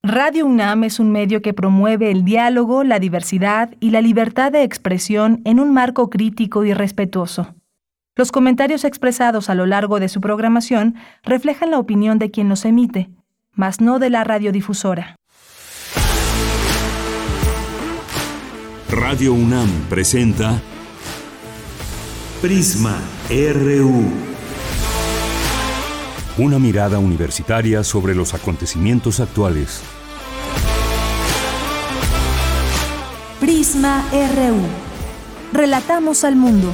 Radio UNAM es un medio que promueve el diálogo, la diversidad y la libertad de expresión en un marco crítico y respetuoso. Los comentarios expresados a lo largo de su programación reflejan la opinión de quien los emite, mas no de la radiodifusora. Radio UNAM presenta Prisma RU. Una mirada universitaria sobre los acontecimientos actuales. Prisma RU. Relatamos al mundo.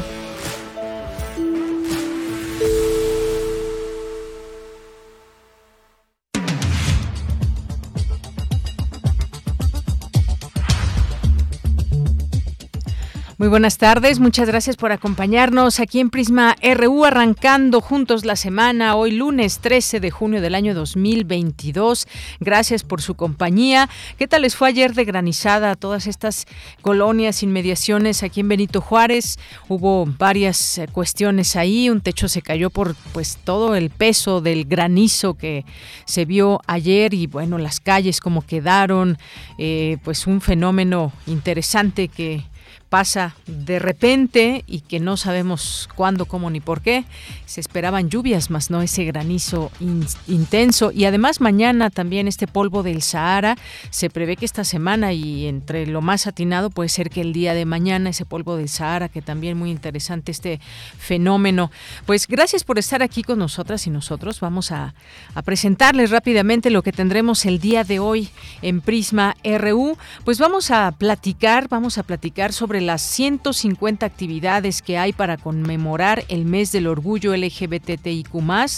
Muy buenas tardes, muchas gracias por acompañarnos aquí en Prisma RU, arrancando juntos la semana, hoy lunes 13 de junio del año 2022. Gracias por su compañía. ¿Qué tal les fue ayer de granizada a todas estas colonias, inmediaciones aquí en Benito Juárez? Hubo varias cuestiones ahí, un techo se cayó por todo el peso del granizo que se vio ayer y bueno, las calles como quedaron, un fenómeno interesante que pasa de repente y que no sabemos cuándo, cómo ni por qué. Se esperaban lluvias, más no ese granizo intenso. Y además mañana también este polvo del Sahara. Se prevé que esta semana, y entre lo más atinado puede ser que el día de mañana, ese polvo del Sahara, que también muy interesante este fenómeno. Pues gracias por estar aquí con nosotras y nosotros. Vamos a presentarles rápidamente lo que tendremos el día de hoy en Prisma RU. Pues vamos a platicar sobre las 150 actividades que hay para conmemorar el mes del orgullo LGBTIQ+,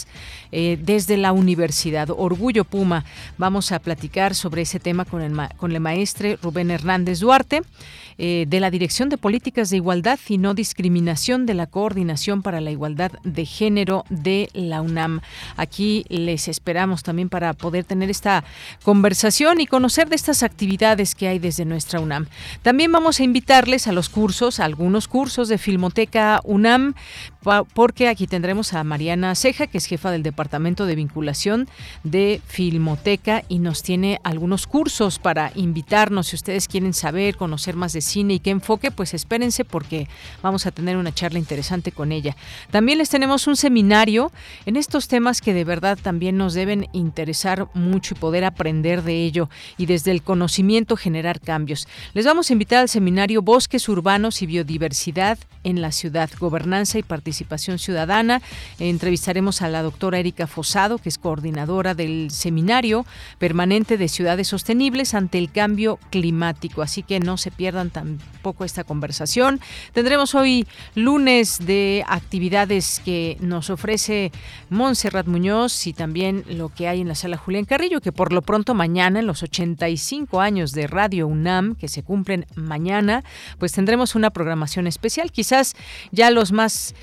desde la universidad. Orgullo Puma. Vamos a platicar sobre ese tema con el maestre Rubén Hernández Duarte, de la Dirección de Políticas de Igualdad y No Discriminación de la Coordinación para la Igualdad de Género de la UNAM. Aquí les esperamos también para poder tener esta conversación y conocer de estas actividades que hay desde nuestra UNAM. También vamos a invitarles a los cursos, a algunos cursos de Filmoteca UNAM, porque aquí tendremos a Mariana Ceja, que es jefa del Departamento de Vinculación de Filmoteca, y nos tiene algunos cursos para invitarnos. Si ustedes quieren saber, conocer más de cine y qué enfoque, pues espérense porque vamos a tener una charla interesante con ella. También les tenemos un seminario en estos temas que de verdad también nos deben interesar mucho y poder aprender de ello y desde el conocimiento generar cambios. Les vamos a invitar al seminario Bosques Urbanos y Biodiversidad en la Ciudad, Gobernanza y Participación Ciudadana. Entrevistaremos a la doctora Erika Fosado, que es coordinadora del Seminario Permanente de Ciudades Sostenibles ante el Cambio Climático, así que no se pierdan tampoco esta conversación. Tendremos hoy lunes de actividades que nos ofrece Montserrat Muñoz y también lo que hay en la Sala Julián Carrillo, que por lo pronto mañana, en los 85 años de Radio UNAM, que se cumplen mañana, pues tendremos una programación especial. Quizás ya los más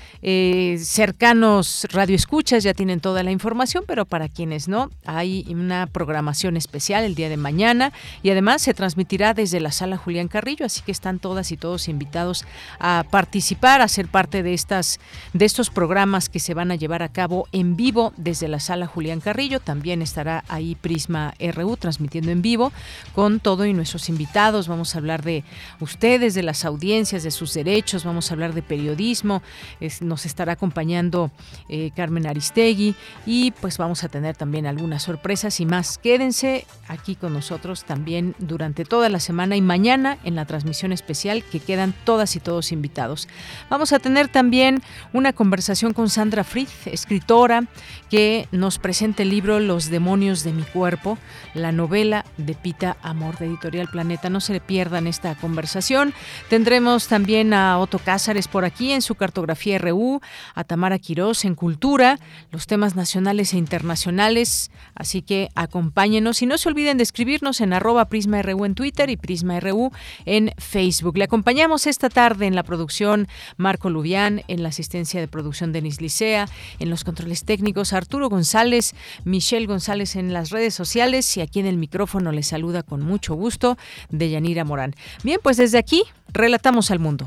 cercanos radioescuchas ya tienen toda la información, pero para quienes no, hay una programación especial el día de mañana y además se transmitirá desde la Sala Julián Carrillo, así que están todas y todos invitados a participar, a ser parte de estos programas que se van a llevar a cabo en vivo desde la Sala Julián Carrillo. También estará ahí Prisma RU transmitiendo en vivo con todo y nuestros invitados. Vamos a hablar de ustedes, de las audiencias, de sus derechos, vamos a hablar de periodismo, nos estará acompañando Carmen Aristegui y pues vamos a tener también algunas sorpresas y más. Quédense aquí con nosotros también durante toda la semana y mañana en la transmisión especial, que quedan todas y todos invitados. Vamos a tener también una conversación con Sandra Fried, escritora, que nos presenta el libro Los demonios de mi cuerpo, la novela de Pita Amor, de Editorial Planeta. No se le pierdan esta conversación. Tendremos también a Otto Cázares por aquí en su Cartografía RU, a Tamara Quirós en Cultura, los temas nacionales e internacionales, así que acompáñenos y no se olviden de escribirnos en @PrismaRU en Twitter y PrismaRU en Facebook. Le acompañamos esta tarde en la producción Marco Lubián, en la asistencia de producción Denis Licea, en los controles técnicos Arturo González, Michelle González en las redes sociales y aquí en el micrófono les saluda con mucho gusto Deyanira Morán. Bien, pues desde aquí relatamos al mundo.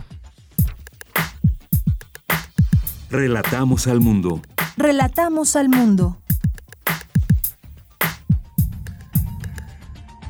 Relatamos al mundo. Relatamos al mundo.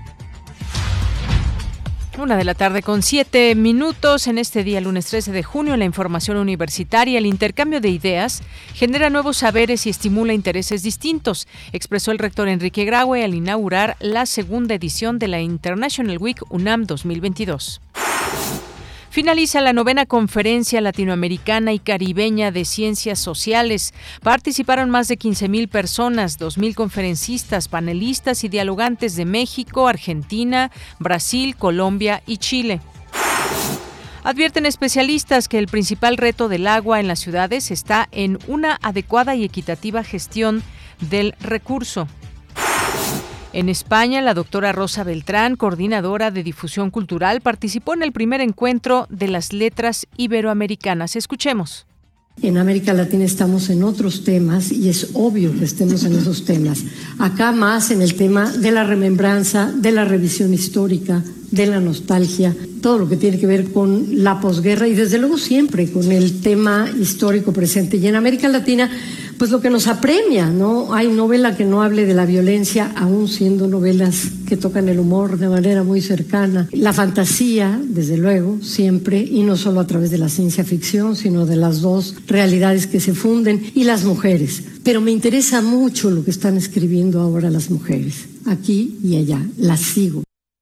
1:07 p.m. en este día, lunes 13 de junio, la información universitaria, el intercambio de ideas genera nuevos saberes y estimula intereses distintos, expresó el rector Enrique Graue al inaugurar la segunda edición de la International Week UNAM 2022. Finaliza la 9ª Conferencia Latinoamericana y Caribeña de Ciencias Sociales. Participaron más de 15,000 personas, 2,000 conferencistas, panelistas y dialogantes de México, Argentina, Brasil, Colombia y Chile. Advierten especialistas que el principal reto del agua en las ciudades está en una adecuada y equitativa gestión del recurso. En España, la doctora Rosa Beltrán, coordinadora de difusión cultural, participó en el primer encuentro de las letras iberoamericanas. Escuchemos. En América Latina estamos en otros temas y es obvio que estemos en esos temas. Acá más en el tema de la remembranza, de la revisión histórica, de la nostalgia, todo lo que tiene que ver con la posguerra y desde luego siempre con el tema histórico presente. Y en América Latina, pues lo que nos apremia, ¿no? Hay novela que no hable de la violencia, aún siendo novelas que tocan el humor de manera muy cercana. La fantasía, desde luego, siempre, y no solo a través de la ciencia ficción, sino de las dos realidades que se funden, y las mujeres. Pero me interesa mucho lo que están escribiendo ahora las mujeres, aquí y allá, las sigo.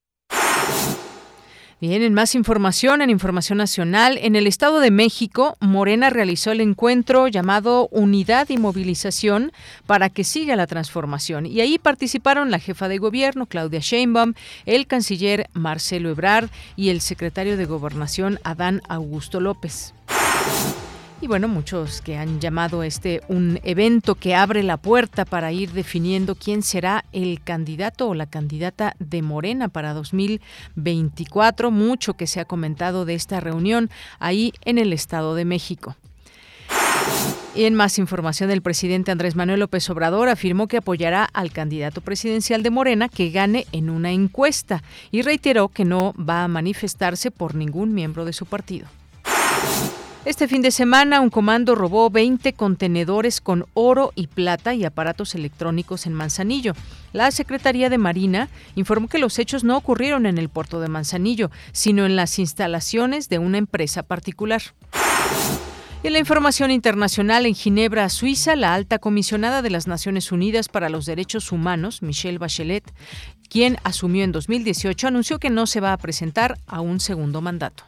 Bien, en más información, en Información Nacional, en el Estado de México, Morena realizó el encuentro llamado Unidad y Movilización para que siga la transformación. Y ahí participaron la jefa de gobierno, Claudia Sheinbaum, el canciller Marcelo Ebrard y el secretario de Gobernación, Adán Augusto López. Y bueno, muchos que han llamado un evento que abre la puerta para ir definiendo quién será el candidato o la candidata de Morena para 2024. Mucho que se ha comentado de esta reunión ahí en el Estado de México. Y en más información, el presidente Andrés Manuel López Obrador afirmó que apoyará al candidato presidencial de Morena que gane en una encuesta y reiteró que no va a manifestarse por ningún miembro de su partido. Este fin de semana, un comando robó 20 contenedores con oro y plata y aparatos electrónicos en Manzanillo. La Secretaría de Marina informó que los hechos no ocurrieron en el puerto de Manzanillo, sino en las instalaciones de una empresa particular. Y en la información internacional, en Ginebra, Suiza, la alta comisionada de las Naciones Unidas para los Derechos Humanos, Michelle Bachelet, quien asumió en 2018, anunció que no se va a presentar a un segundo mandato.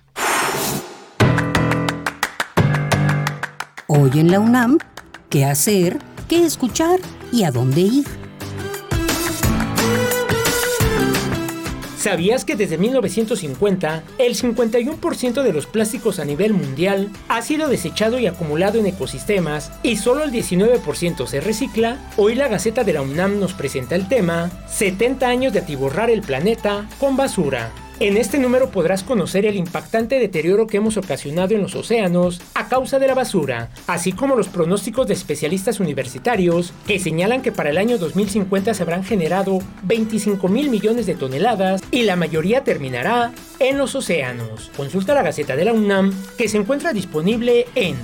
Hoy en la UNAM, ¿qué hacer, qué escuchar y a dónde ir? ¿Sabías que desde 1950 el 51% de los plásticos a nivel mundial ha sido desechado y acumulado en ecosistemas y solo el 19% se recicla? Hoy la Gaceta de la UNAM nos presenta el tema 70 años de atiborrar el planeta con basura. En este número podrás conocer el impactante deterioro que hemos ocasionado en los océanos a causa de la basura, así como los pronósticos de especialistas universitarios que señalan que para el año 2050 se habrán generado 25,000 millones de toneladas y la mayoría terminará en los océanos. Consulta la Gaceta de la UNAM, que se encuentra disponible en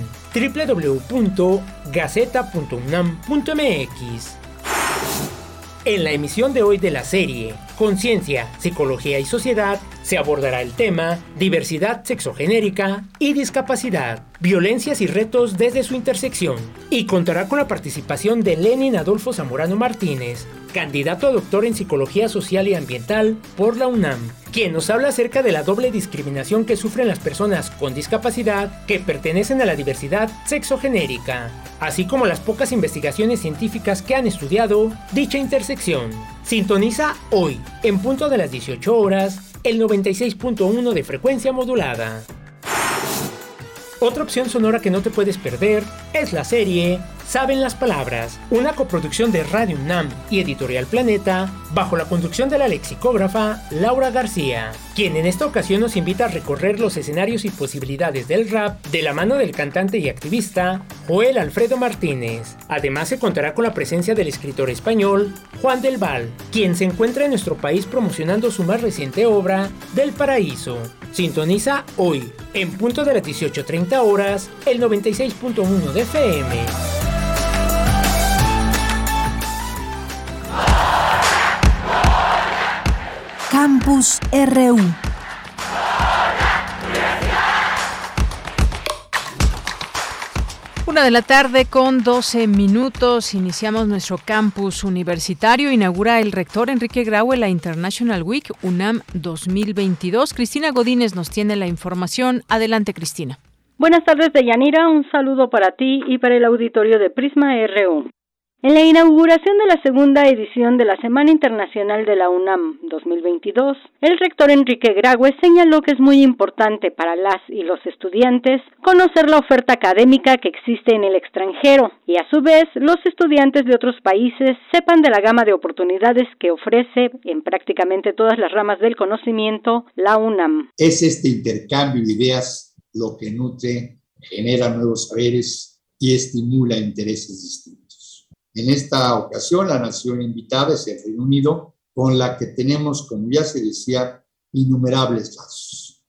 www.gaceta.unam.mx. En la emisión de hoy de la serie Conciencia, Psicología y Sociedad se abordará el tema diversidad sexogenérica y discapacidad, violencias y retos desde su intersección, y contará con la participación de Lenin Adolfo Zamorano Martínez, candidato a doctor en Psicología Social y Ambiental por la UNAM, quien nos habla acerca de la doble discriminación que sufren las personas con discapacidad que pertenecen a la diversidad sexogenérica, así como las pocas investigaciones científicas que han estudiado dicha intersección. Sintoniza hoy, en punto de las 18 horas, el 96.1 de frecuencia modulada. Otra opción sonora que no te puedes perder es la serie Saben las Palabras, una coproducción de Radio UNAM y Editorial Planeta, bajo la conducción de la lexicógrafa Laura García, quien en esta ocasión nos invita a recorrer los escenarios y posibilidades del rap de la mano del cantante y activista Joel Alfredo Martínez. Además se contará con la presencia del escritor español Juan del Val, quien se encuentra en nuestro país promocionando su más reciente obra, Del Paraíso. Sintoniza hoy, en punto de las 18:30 horas, el 96.1 de FM. Campus RU. 1:12 p.m. Iniciamos nuestro campus universitario. Inaugura el rector Enrique Graue la International Week UNAM 2022. Cristina Godínez nos tiene la información. Adelante, Cristina. Buenas tardes, Deyanira. Un saludo para ti y para el auditorio de Prisma RU. En la inauguración de la segunda edición de la Semana Internacional de la UNAM 2022, el rector Enrique Graue señaló que es muy importante para las y los estudiantes conocer la oferta académica que existe en el extranjero y a su vez los estudiantes de otros países sepan de la gama de oportunidades que ofrece en prácticamente todas las ramas del conocimiento la UNAM. Es este intercambio de ideas lo que nutre, genera nuevos saberes y estimula intereses distintos. En esta ocasión, la nación invitada es el Reino Unido, con la que tenemos, como ya se decía, innumerables lazos.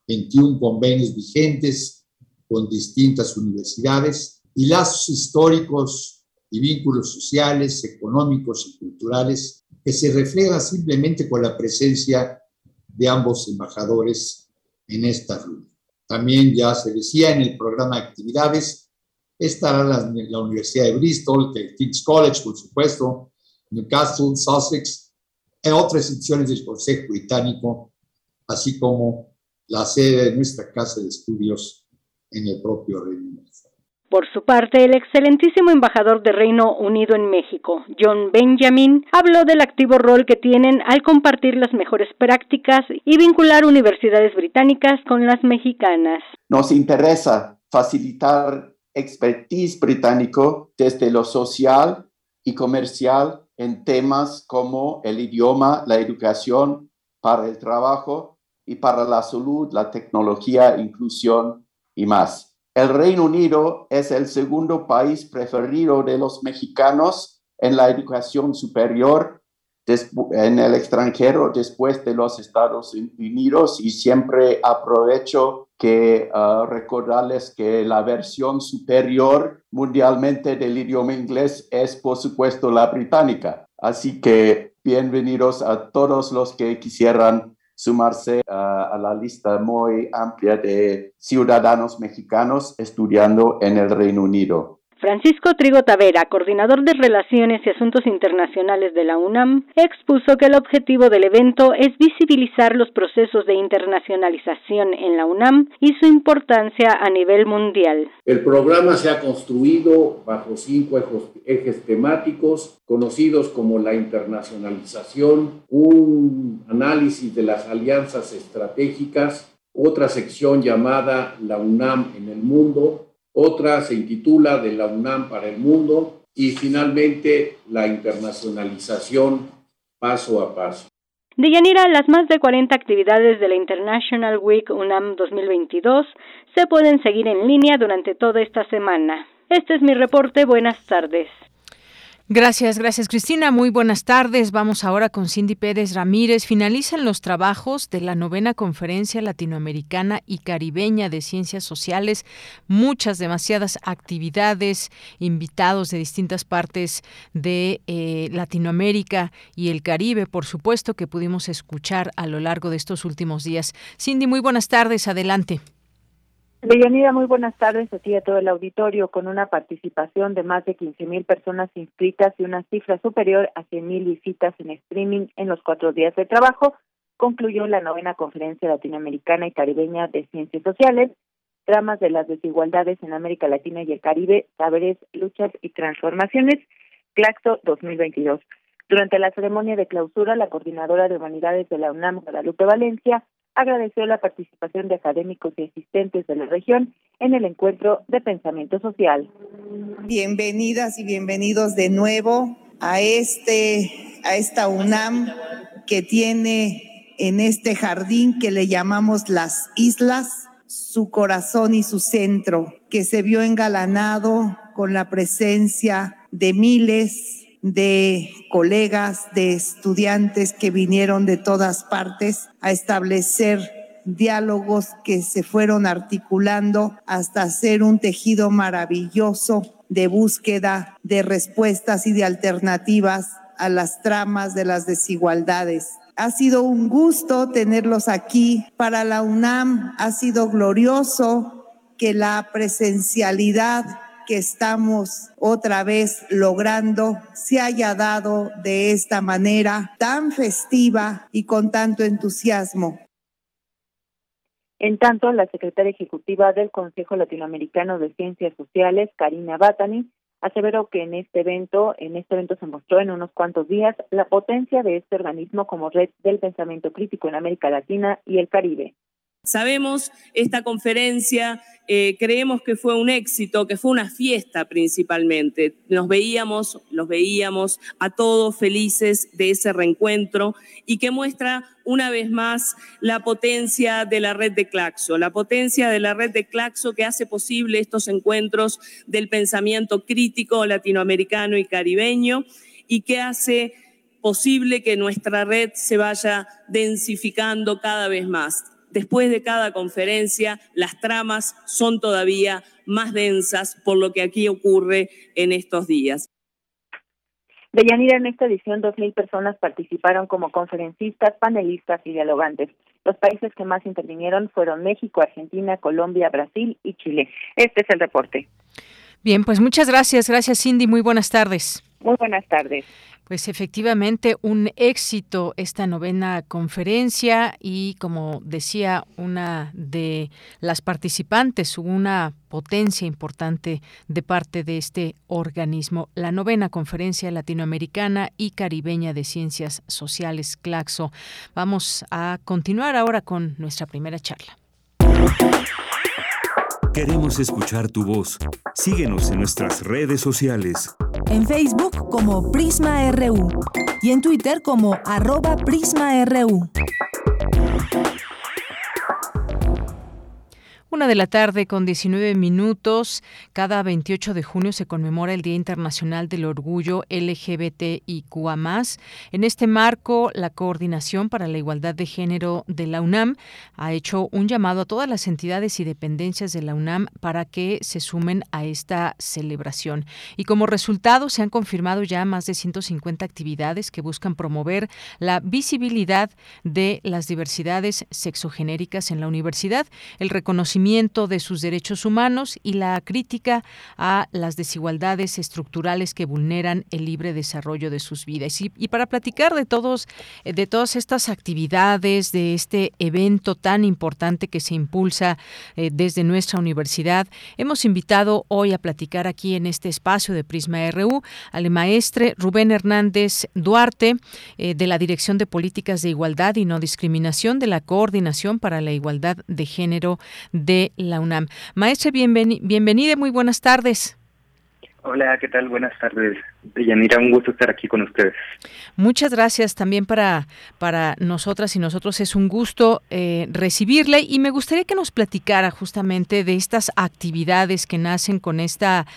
21 convenios vigentes con distintas universidades y lazos históricos y vínculos sociales, económicos y culturales que se reflejan simplemente con la presencia de ambos embajadores en esta reunión. También ya se decía en el programa de actividades, estará la Universidad de Bristol, el King's College, por supuesto, Newcastle, Sussex, y otras instituciones del Consejo Británico, así como la sede de nuestra Casa de Estudios en el propio Reino Unido. Por su parte, el excelentísimo embajador de Reino Unido en México, John Benjamin, habló del activo rol que tienen al compartir las mejores prácticas y vincular universidades británicas con las mexicanas. Nos interesa facilitar expertise británico desde lo social y comercial en temas como el idioma, la educación, para el trabajo y para la salud, la tecnología, inclusión y más. El Reino Unido es el segundo país preferido de los mexicanos en la educación superior en el extranjero después de los Estados Unidos y siempre aprovecho que recordarles que la versión superior mundialmente del idioma inglés es, por supuesto, la británica. Así que bienvenidos a todos los que quisieran sumarse a la lista muy amplia de ciudadanos mexicanos estudiando en el Reino Unido. Francisco Trigo Tavera, coordinador de Relaciones y Asuntos Internacionales de la UNAM, expuso que el objetivo del evento es visibilizar los procesos de internacionalización en la UNAM y su importancia a nivel mundial. El programa se ha construido bajo 5 ejes temáticos conocidos como la internacionalización, un análisis de las alianzas estratégicas, otra sección llamada La UNAM en el mundo, otra se intitula De la UNAM para el mundo y finalmente la internacionalización paso a paso. Deyanira, las más de 40 actividades de la International Week UNAM 2022 se pueden seguir en línea durante toda esta semana. Este es mi reporte. Buenas tardes. Gracias Cristina, muy buenas tardes. Vamos ahora con Cindy Pérez Ramírez. Finalizan los trabajos de la 9ª Conferencia Latinoamericana y Caribeña de Ciencias Sociales, demasiadas actividades, invitados de distintas partes de Latinoamérica y el Caribe, por supuesto, que pudimos escuchar a lo largo de estos últimos días. Cindy, muy buenas tardes, adelante. Deyanira, muy buenas tardes a ti y a todo el auditorio. Con una participación de más de 15,000 personas inscritas y una cifra superior a 100,000 visitas en streaming en los 4 días de trabajo, concluyó la 9ª Conferencia Latinoamericana y Caribeña de Ciencias Sociales, Dramas de las Desigualdades en América Latina y el Caribe, Saberes, Luchas y Transformaciones, CLACSO 2022. Durante la ceremonia de clausura, la coordinadora de Humanidades de la UNAM, Guadalupe Valencia, agradeció la participación de académicos y asistentes de la región en el encuentro de pensamiento social. Bienvenidas y bienvenidos de nuevo a esta UNAM que tiene en este jardín que le llamamos las islas, su corazón y su centro, que se vio engalanado con la presencia de miles de colegas, de estudiantes que vinieron de todas partes a establecer diálogos que se fueron articulando hasta hacer un tejido maravilloso de búsqueda de respuestas y de alternativas a las tramas de las desigualdades. Ha sido un gusto tenerlos aquí. Para la UNAM ha sido glorioso que la presencialidad que estamos otra vez logrando se haya dado de esta manera tan festiva y con tanto entusiasmo. En tanto, la secretaria ejecutiva del Consejo Latinoamericano de Ciencias Sociales, Karina Batani, aseveró que en este evento se mostró en unos cuantos días la potencia de este organismo como red del pensamiento crítico en América Latina y el Caribe. Sabemos esta conferencia, creemos que fue un éxito, que fue una fiesta principalmente. Los veíamos a todos felices de ese reencuentro y que muestra una vez más la potencia de la red de Claxo, que hace posible estos encuentros del pensamiento crítico latinoamericano y caribeño y que hace posible que nuestra red se vaya densificando cada vez más. Después de cada conferencia, las tramas son todavía más densas por lo que aquí ocurre en estos días. Deyanira, en esta edición 2,000 personas participaron como conferencistas, panelistas y dialogantes. Los países que más intervinieron fueron México, Argentina, Colombia, Brasil y Chile. Este es el reporte. Bien, pues muchas gracias. Gracias, Cindy. Muy buenas tardes. Muy buenas tardes. Pues efectivamente un éxito esta 9ª conferencia y como decía una de las participantes, hubo una potencia importante de parte de este organismo, la 9ª Conferencia Latinoamericana y Caribeña de Ciencias Sociales, Claxo. Vamos a continuar ahora con nuestra primera charla. Queremos escuchar tu voz. Síguenos en nuestras redes sociales. En Facebook como Prisma RU y en Twitter como @PrismaRU. 1:19 p.m. Cada 28 de junio se conmemora el Día Internacional del Orgullo LGBTIQA+. En este marco, la Coordinación para la Igualdad de Género de la UNAM ha hecho un llamado a todas las entidades y dependencias de la UNAM para que se sumen a esta celebración. Y como resultado, se han confirmado ya más de 150 actividades que buscan promover la visibilidad de las diversidades sexogenéricas en la universidad, el reconocimiento de sus derechos humanos y la crítica a las desigualdades estructurales que vulneran el libre desarrollo de sus vidas. Y para platicar de todas estas actividades, de este evento tan importante que se impulsa desde nuestra universidad, hemos invitado hoy a platicar aquí en este espacio de Prisma RU al maestre Rubén Hernández Duarte, de la Dirección de Políticas de Igualdad y No Discriminación de la Coordinación para la Igualdad de Género de la UNAM. Maestre, bienvenida, muy buenas tardes. Hola, ¿qué tal? Buenas tardes, Deyanira, un gusto estar aquí con ustedes. Muchas gracias también para nosotras y nosotros, es un gusto recibirle y me gustaría que nos platicara justamente de estas actividades que nacen con esta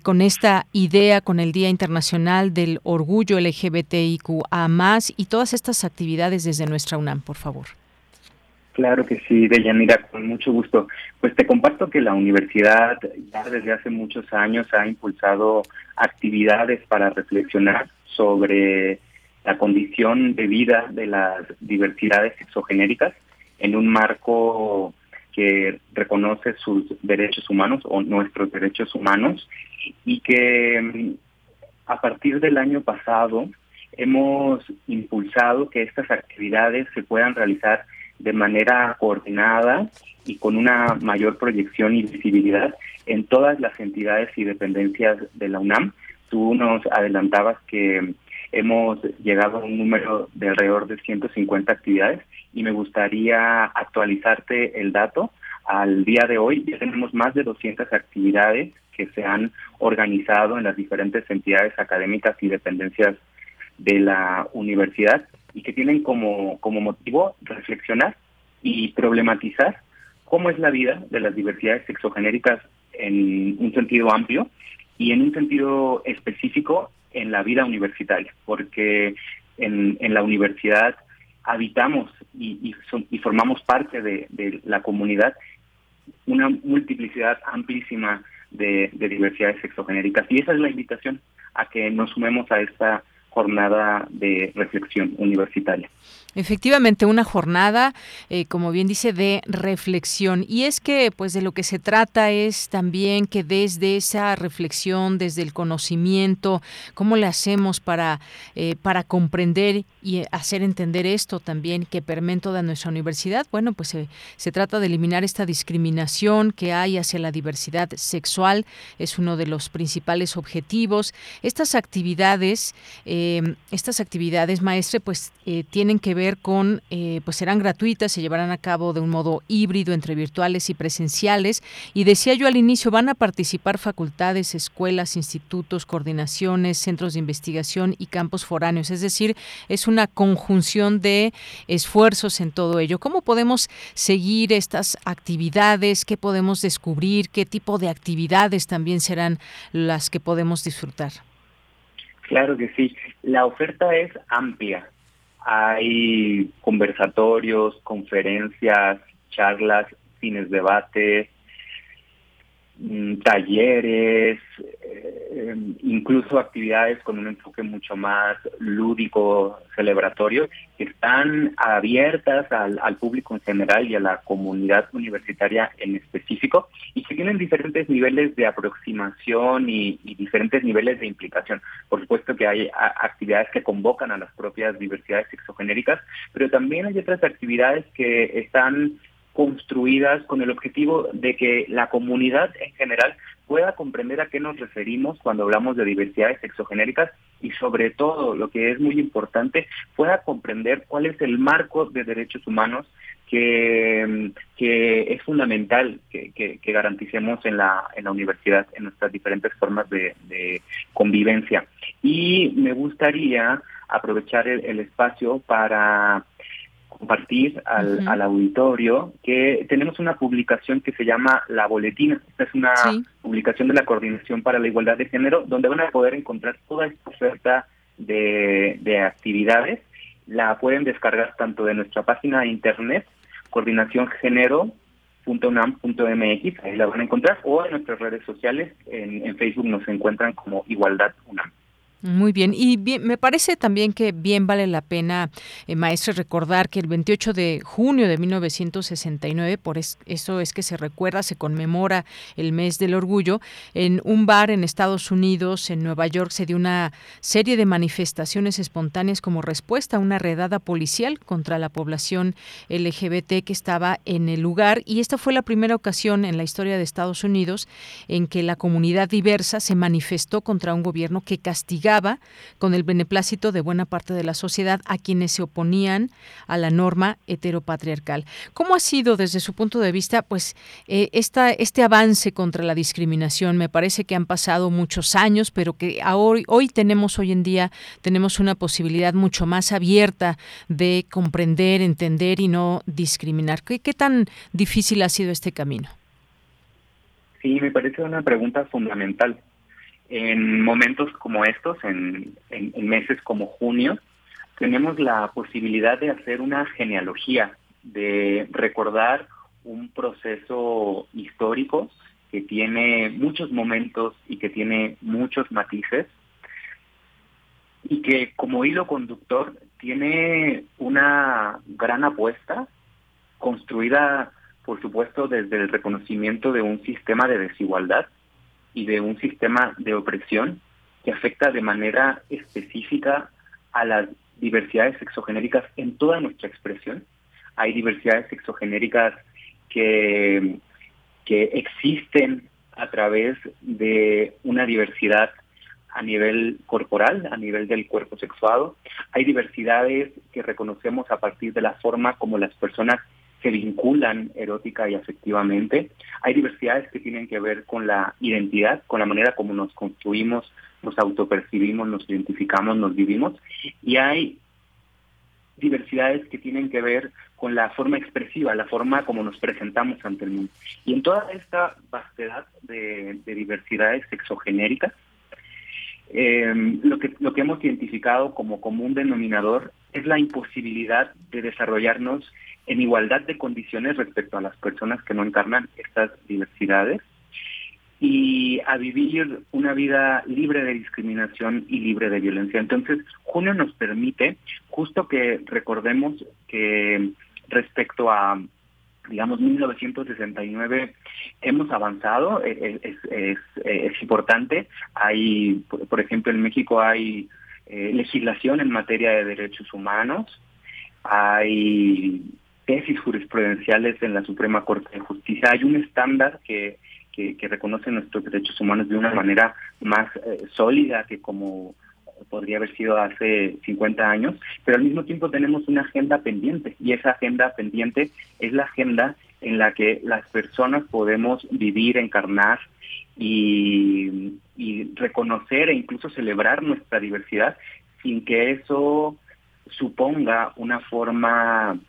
idea, con el Día Internacional del Orgullo LGBTIQA+, y todas estas actividades desde nuestra UNAM, por favor. Claro que sí, Deyanira, con mucho gusto. Pues te comparto que la universidad ya desde hace muchos años ha impulsado actividades para reflexionar sobre la condición de vida de las diversidades sexogenéricas en un marco que reconoce sus derechos humanos o nuestros derechos humanos, y que a partir del año pasado hemos impulsado que estas actividades se puedan realizar de manera coordinada y con una mayor proyección y visibilidad en todas las entidades y dependencias de la UNAM. Tú nos adelantabas que hemos llegado a un número de alrededor de 150 actividades y me gustaría actualizarte el dato. Al día de hoy ya tenemos más de 200 actividades que se han organizado en las diferentes entidades académicas y dependencias de la universidad, y que tienen como motivo reflexionar y problematizar cómo es la vida de las diversidades sexogenéricas en un sentido amplio y en un sentido específico en la vida universitaria, porque en la universidad habitamos y formamos parte de la comunidad una multiplicidad amplísima de diversidades sexogenéricas, y esa es la invitación a que nos sumemos a esta jornada de reflexión universitaria. Efectivamente, una jornada, como bien dice, de reflexión. Y es que, pues, de lo que se trata es también que desde esa reflexión, desde el conocimiento, ¿cómo le hacemos para comprender y hacer entender esto también que permea en toda nuestra universidad? Bueno, pues se trata de eliminar esta discriminación que hay hacia la diversidad sexual. Es uno de los principales objetivos. Estas actividades, maestre, pues tienen que ver con, pues serán gratuitas, se llevarán a cabo de un modo híbrido entre virtuales y presenciales. Y decía yo al inicio, van a participar facultades, escuelas, institutos, coordinaciones, centros de investigación y campos foráneos. Es decir, es una conjunción de esfuerzos en todo ello. ¿Cómo podemos seguir estas actividades? ¿Qué podemos descubrir? ¿Qué tipo de actividades también serán las que podemos disfrutar? Claro que sí. La oferta es amplia. Hay conversatorios, conferencias, charlas, cines debate, talleres, incluso actividades con un enfoque mucho más lúdico, celebratorio, que están abiertas al público en general y a la comunidad universitaria en específico, y que tienen diferentes niveles de aproximación y diferentes niveles de implicación. Por supuesto que hay actividades que convocan a las propias diversidades sexogenéricas, pero también hay otras actividades que están construidas con el objetivo de que la comunidad en general pueda comprender a qué nos referimos cuando hablamos de diversidades sexogenéricas y, sobre todo, lo que es muy importante, pueda comprender cuál es el marco de derechos humanos que es fundamental que garanticemos en la universidad, en nuestras diferentes formas de convivencia. Y me gustaría aprovechar el espacio para compartir al auditorio que tenemos una publicación que se llama La Boletina. Esta es una publicación de la Coordinación para la Igualdad de Género, donde van a poder encontrar toda esta oferta de actividades. La pueden descargar tanto de nuestra página de internet, coordinaciongenero.unam.mx, ahí la van a encontrar, o en nuestras redes sociales. En Facebook nos encuentran como Igualdad UNAM. Muy bien, y bien, me parece también que bien vale la pena, maestre, recordar que el 28 de junio de 1969, eso es que se recuerda, se conmemora el mes del orgullo, en un bar en Estados Unidos, en Nueva York, se dio una serie de manifestaciones espontáneas como respuesta a una redada policial contra la población LGBT que estaba en el lugar, y esta fue la primera ocasión en la historia de Estados Unidos en que la comunidad diversa se manifestó contra un gobierno que castigaba con el beneplácito de buena parte de la sociedad a quienes se oponían a la norma heteropatriarcal. ¿Cómo ha sido desde su punto de vista, pues, este avance contra la discriminación? Me parece que han pasado muchos años, pero que hoy en día tenemos una posibilidad mucho más abierta de comprender, entender y no discriminar. ¿Qué tan difícil ha sido este camino? Sí, me parece una pregunta fundamental. En momentos como estos, en meses como junio, tenemos la posibilidad de hacer una genealogía, de recordar un proceso histórico que tiene muchos momentos y que tiene muchos matices, y que como hilo conductor tiene una gran apuesta construida, por supuesto, desde el reconocimiento de un sistema de desigualdad y de un sistema de opresión que afecta de manera específica a las diversidades sexogenéricas en toda nuestra expresión. Hay diversidades sexogenéricas que existen a través de una diversidad a nivel corporal, a nivel del cuerpo sexuado. Hay diversidades que reconocemos a partir de la forma como las personas se vinculan erótica y afectivamente. Hay diversidades que tienen que ver con la identidad, con la manera como nos construimos, nos autopercibimos, nos identificamos, nos vivimos. Y hay diversidades que tienen que ver con la forma expresiva, la forma como nos presentamos ante el mundo. Y en toda esta vastedad de diversidades sexogenéricas, lo que hemos identificado como común denominador es la imposibilidad de desarrollarnos en igualdad de condiciones respecto a las personas que no encarnan estas diversidades, y a vivir una vida libre de discriminación y libre de violencia. Entonces, junio nos permite justo que recordemos que respecto a, digamos, 1969 hemos avanzado, es importante. Hay, por ejemplo, en México hay legislación en materia de derechos humanos, hay tesis jurisprudenciales en la Suprema Corte de Justicia, hay un estándar que reconoce nuestros derechos humanos de una manera más sólida que como podría haber sido hace 50 años, pero al mismo tiempo tenemos una agenda pendiente, y esa agenda pendiente es la agenda en la que las personas podemos vivir, encarnar y reconocer e incluso celebrar nuestra diversidad sin que eso suponga una forma,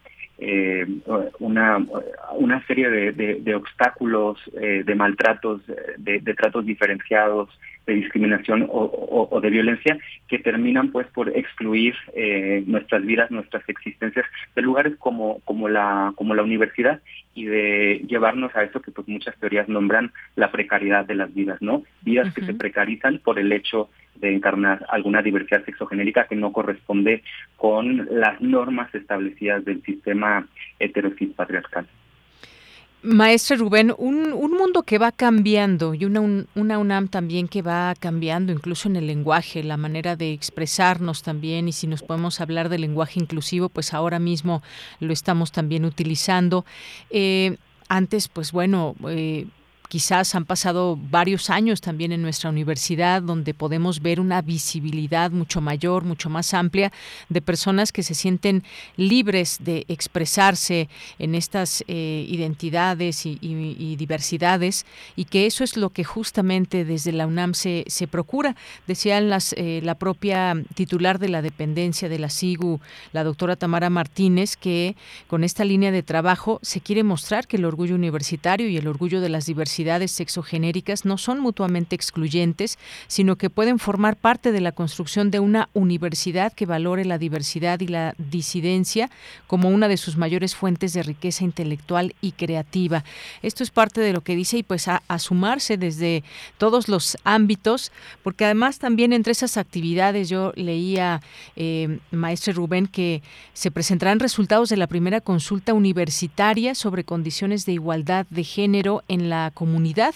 una serie de obstáculos, de maltratos, de tratos diferenciados, de discriminación o de violencia que terminan pues por excluir nuestras vidas, nuestras existencias de lugares como la universidad, y de llevarnos a eso que pues muchas teorías nombran la precariedad de las vidas, ¿no? Vidas que se precarizan por el hecho de encarnar alguna diversidad sexogenérica que no corresponde con las normas establecidas del sistema heterosis patriarcal. Maestra Rubén, un mundo que va cambiando y una UNAM también que va cambiando, incluso en el lenguaje, la manera de expresarnos también, y si nos podemos hablar del lenguaje inclusivo, pues ahora mismo lo estamos también utilizando. Antes, pues bueno, quizás han pasado varios años también en nuestra universidad donde podemos ver una visibilidad mucho mayor, mucho más amplia de personas que se sienten libres de expresarse en estas identidades y diversidades, y que eso es lo que justamente desde la UNAM se procura. Decían la propia titular de la dependencia de la SIGU, la doctora Tamara Martínez, que con esta línea de trabajo se quiere mostrar que el orgullo universitario y el orgullo de las diversidades sexogenéricas no son mutuamente excluyentes, sino que pueden formar parte de la construcción de una universidad que valore la diversidad y la disidencia como una de sus mayores fuentes de riqueza intelectual y creativa. Esto es parte de lo que dice, y pues a sumarse desde todos los ámbitos, porque además también entre esas actividades yo leía, maestre Rubén, que se presentarán resultados de la primera consulta universitaria sobre condiciones de igualdad de género en la comunidad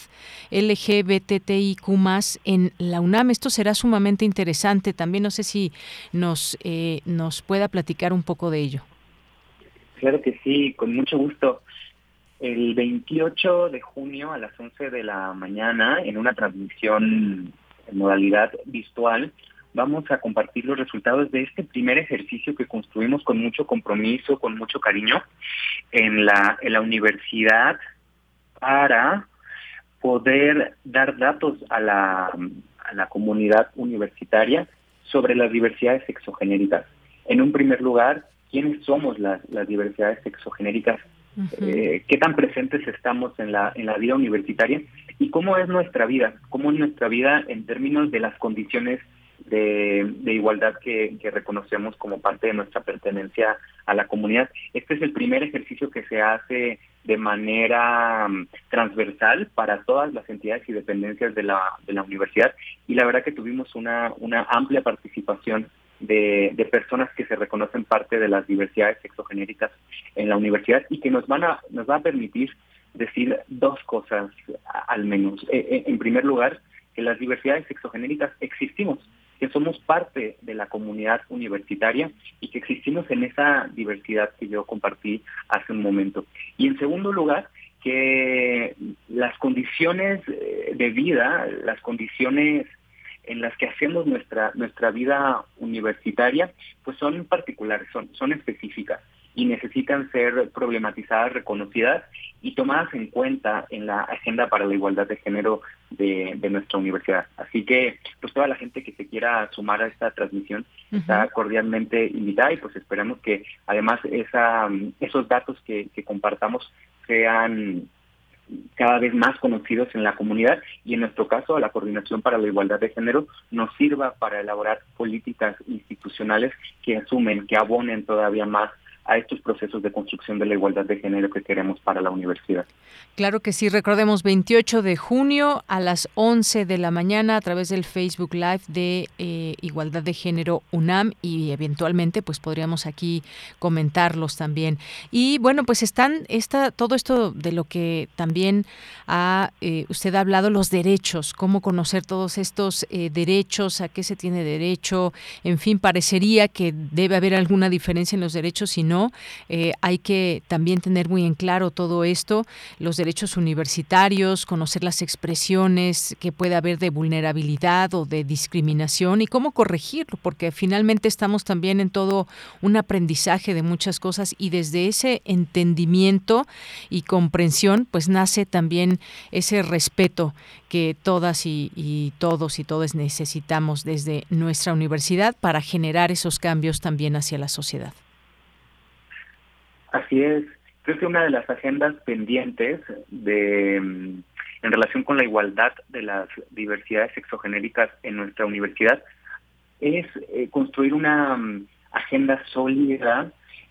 LGBTIQ+ en la UNAM. Esto será sumamente interesante. También no sé si nos pueda platicar un poco de ello. Claro que sí, con mucho gusto. El 28 de junio a las 11 de la mañana, en una transmisión en modalidad virtual, vamos a compartir los resultados de este primer ejercicio que construimos con mucho compromiso, con mucho cariño en la universidad, para poder dar datos a la comunidad universitaria sobre las diversidades sexogenéricas. En un primer lugar, ¿quiénes somos las diversidades sexogenéricas? ¿Qué tan presentes estamos en la vida universitaria? ¿Y cómo es nuestra vida? ¿Cómo es nuestra vida en términos de las condiciones de igualdad que reconocemos como parte de nuestra pertenencia a la comunidad? Este es el primer ejercicio que se hace de manera transversal para todas las entidades y dependencias de la universidad, y la verdad que tuvimos una amplia participación de personas que se reconocen parte de las diversidades sexogenéricas en la universidad, y que nos va a permitir decir dos cosas al menos. En primer lugar, que las diversidades sexogenéricas existimos, que somos parte de la comunidad universitaria y que existimos en esa diversidad que yo compartí hace un momento. Y en segundo lugar, que las condiciones de vida, las condiciones en las que hacemos nuestra vida universitaria, pues son particulares, son específicas, y necesitan ser problematizadas, reconocidas y tomadas en cuenta en la agenda para la igualdad de género de nuestra universidad. Así que pues toda la gente que se quiera sumar a esta transmisión está cordialmente invitada, y pues esperamos que además esos datos que compartamos sean cada vez más conocidos en la comunidad, y en nuestro caso a la Coordinación para la Igualdad de Género nos sirva para elaborar políticas institucionales que asumen, que abonen todavía más a estos procesos de construcción de la igualdad de género que queremos para la universidad. Claro que sí, recordemos 28 de junio a las 11 de la mañana a través del Facebook Live de Igualdad de Género UNAM, y eventualmente pues podríamos aquí comentarlos también. Y bueno, pues todo esto de lo que también usted ha hablado, los derechos, cómo conocer todos estos derechos, a qué se tiene derecho, en fin, parecería que debe haber alguna diferencia en los derechos y no, hay que también tener muy en claro todo esto, los derechos universitarios, conocer las expresiones que puede haber de vulnerabilidad o de discriminación y cómo corregirlo, porque finalmente estamos también en todo un aprendizaje de muchas cosas, y desde ese entendimiento y comprensión pues nace también ese respeto que todas y todos y todas necesitamos desde nuestra universidad para generar esos cambios también hacia la sociedad. Así es. Creo que una de las agendas pendientes en relación con la igualdad de las diversidades sexogenéricas en nuestra universidad es construir una agenda sólida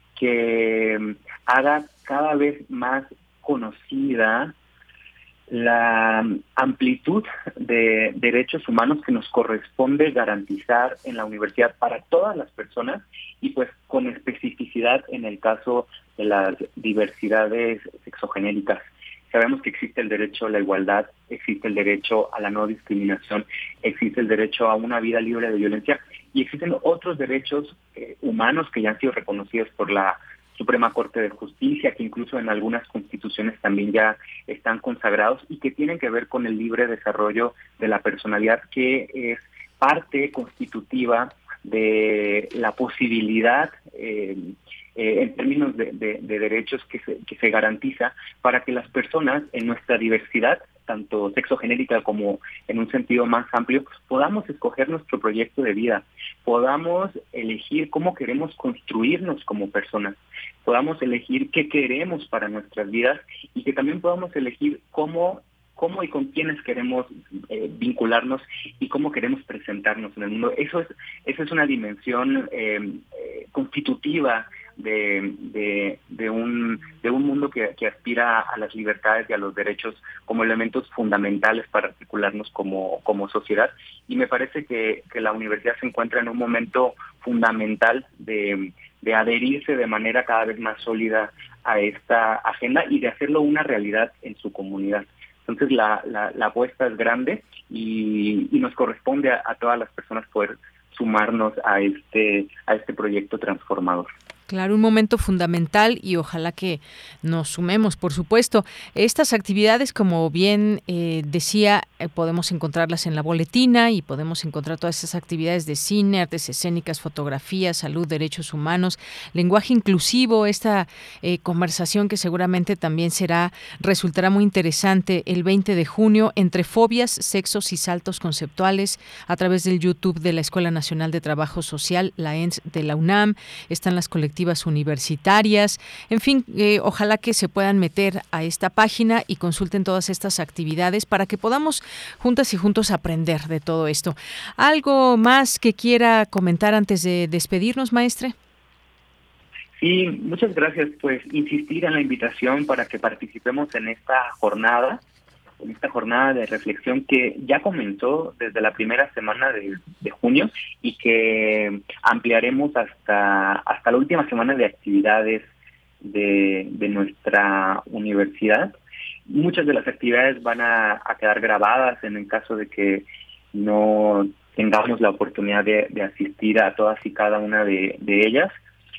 que haga cada vez más conocida la amplitud de derechos humanos que nos corresponde garantizar en la universidad para todas las personas, y pues con especificidad en el caso de las diversidades sexogenéricas. Sabemos que existe el derecho a la igualdad, existe el derecho a la no discriminación, existe el derecho a una vida libre de violencia, y existen otros derechos humanos que ya han sido reconocidos por la Suprema Corte de Justicia, que incluso en algunas constituciones también ya están consagrados y que tienen que ver con el libre desarrollo de la personalidad, que es parte constitutiva de la posibilidad en términos de derechos que se garantiza para que las personas en nuestra diversidad, tanto sexogenérica como en un sentido más amplio, podamos escoger nuestro proyecto de vida, podamos elegir cómo queremos construirnos como personas, podamos elegir qué queremos para nuestras vidas, y que también podamos elegir cómo y con quiénes queremos vincularnos y cómo queremos presentarnos en el mundo. Esa es una dimensión constitutiva de un mundo que aspira a las libertades y a los derechos como elementos fundamentales para articularnos como sociedad. Y me parece que la universidad se encuentra en un momento fundamental de adherirse de manera cada vez más sólida a esta agenda y de hacerlo una realidad en su comunidad. Entonces la apuesta es grande y nos corresponde a todas las personas poder sumarnos a este proyecto transformador. Claro, un momento fundamental, y ojalá que nos sumemos, por supuesto. Estas actividades, como bien decía, podemos encontrarlas en la boletina, y podemos encontrar todas esas actividades de cine, artes escénicas, fotografía, salud, derechos humanos, lenguaje inclusivo, esta conversación que seguramente también resultará muy interesante el 20 de junio, entre fobias, sexos y saltos conceptuales, a través del YouTube de la Escuela Nacional de Trabajo Social, la ENS de la UNAM. Están las colectivas universitarias, en fin, ojalá que se puedan meter a esta página y consulten todas estas actividades para que podamos juntas y juntos aprender de todo esto. ¿Algo más que quiera comentar antes de despedirnos, maestre? Sí, muchas gracias. Pues insistir en la invitación para que participemos en esta jornada de reflexión que ya comenzó desde la primera semana de junio y que ampliaremos hasta la última semana de actividades de nuestra universidad. Muchas de las actividades van a quedar grabadas en el caso de que no tengamos la oportunidad de asistir a todas y cada una de ellas.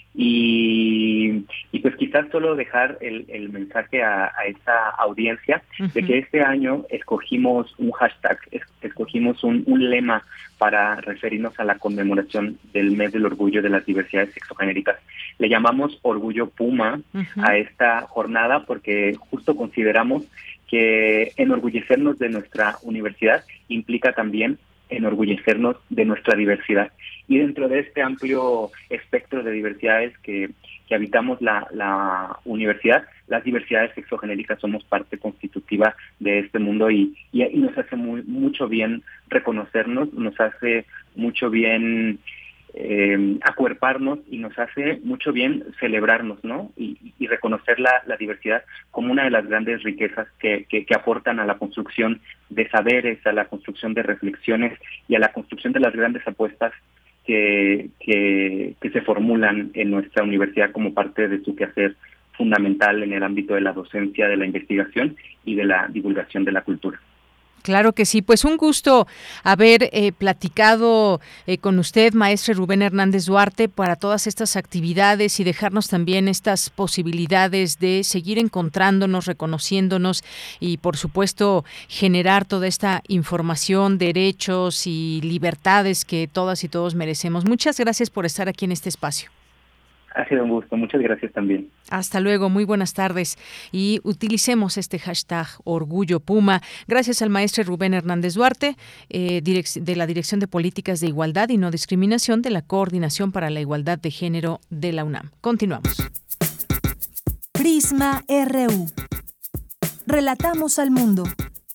Y pues quizás solo dejar el mensaje a esta audiencia de que este año escogimos un hashtag, escogimos un lema para referirnos a la conmemoración del mes del orgullo de las diversidades sexogenéricas. Le llamamos Orgullo Puma a esta jornada porque justo consideramos que enorgullecernos de nuestra universidad implica también enorgullecernos de nuestra diversidad. Y dentro de este amplio espectro de diversidades que habitamos la universidad, las diversidades sexogenéricas somos parte constitutiva de este mundo y nos hace mucho bien reconocernos, nos hace mucho bien acuerparnos y nos hace mucho bien celebrarnos, ¿no? Y reconocer la diversidad como una de las grandes riquezas que aportan a la construcción de saberes, a la construcción de reflexiones y a la construcción de las grandes apuestas que se formulan en nuestra universidad como parte de su quehacer fundamental en el ámbito de la docencia, de la investigación y de la divulgación de la cultura. Claro que sí, pues un gusto haber platicado con usted, maestre Rubén Hernández Duarte, para todas estas actividades y dejarnos también estas posibilidades de seguir encontrándonos, reconociéndonos y, por supuesto, generar toda esta información, derechos y libertades que todas y todos merecemos. Muchas gracias por estar aquí en este espacio. Ha sido un gusto, muchas gracias también. Hasta luego, muy buenas tardes y utilicemos este hashtag Orgullo Puma. Gracias al maestro Rubén Hernández Duarte, de la Dirección de Políticas de Igualdad y No Discriminación de la Coordinación para la Igualdad de Género de la UNAM. Continuamos. Prisma RU. Relatamos al mundo.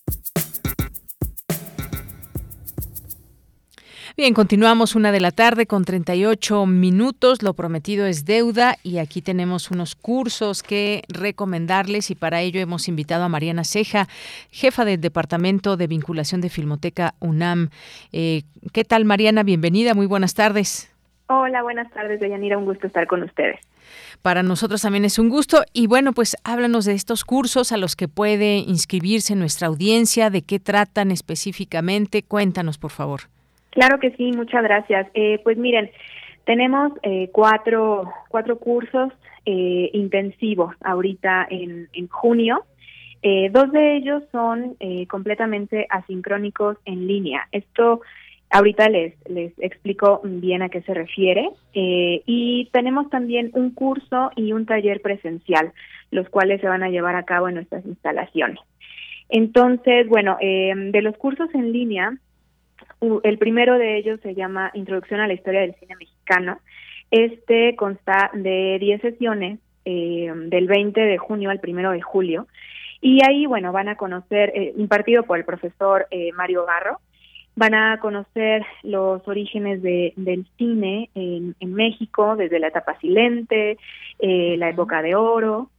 Bien, continuamos 1:38 p.m. Lo prometido es deuda y aquí tenemos unos cursos que recomendarles y para ello hemos invitado a Mariana Ceja, jefa del Departamento de Vinculación de Filmoteca UNAM. ¿Qué tal, Mariana? Bienvenida, muy buenas tardes. Hola, buenas tardes, Deyanira, un gusto estar con ustedes. Para nosotros también es un gusto y bueno, pues háblanos de estos cursos a los que puede inscribirse nuestra audiencia, de qué tratan específicamente, cuéntanos por favor. Claro que sí, muchas gracias. Pues miren, tenemos cuatro cursos intensivos ahorita en junio. 2 de ellos son completamente asincrónicos en línea. Esto ahorita les explico bien a qué se refiere. Y tenemos también un curso y un taller presencial, los cuales se van a llevar a cabo en nuestras instalaciones. Entonces, bueno, de los cursos en línea, el primero de ellos se llama Introducción a la Historia del Cine Mexicano. Este consta de 10 sesiones del 20 de junio al 1 de julio. Y ahí, bueno, van a conocer, impartido por el profesor Mario Barro, van a conocer los orígenes del cine en México, desde la etapa silente, la época de oro,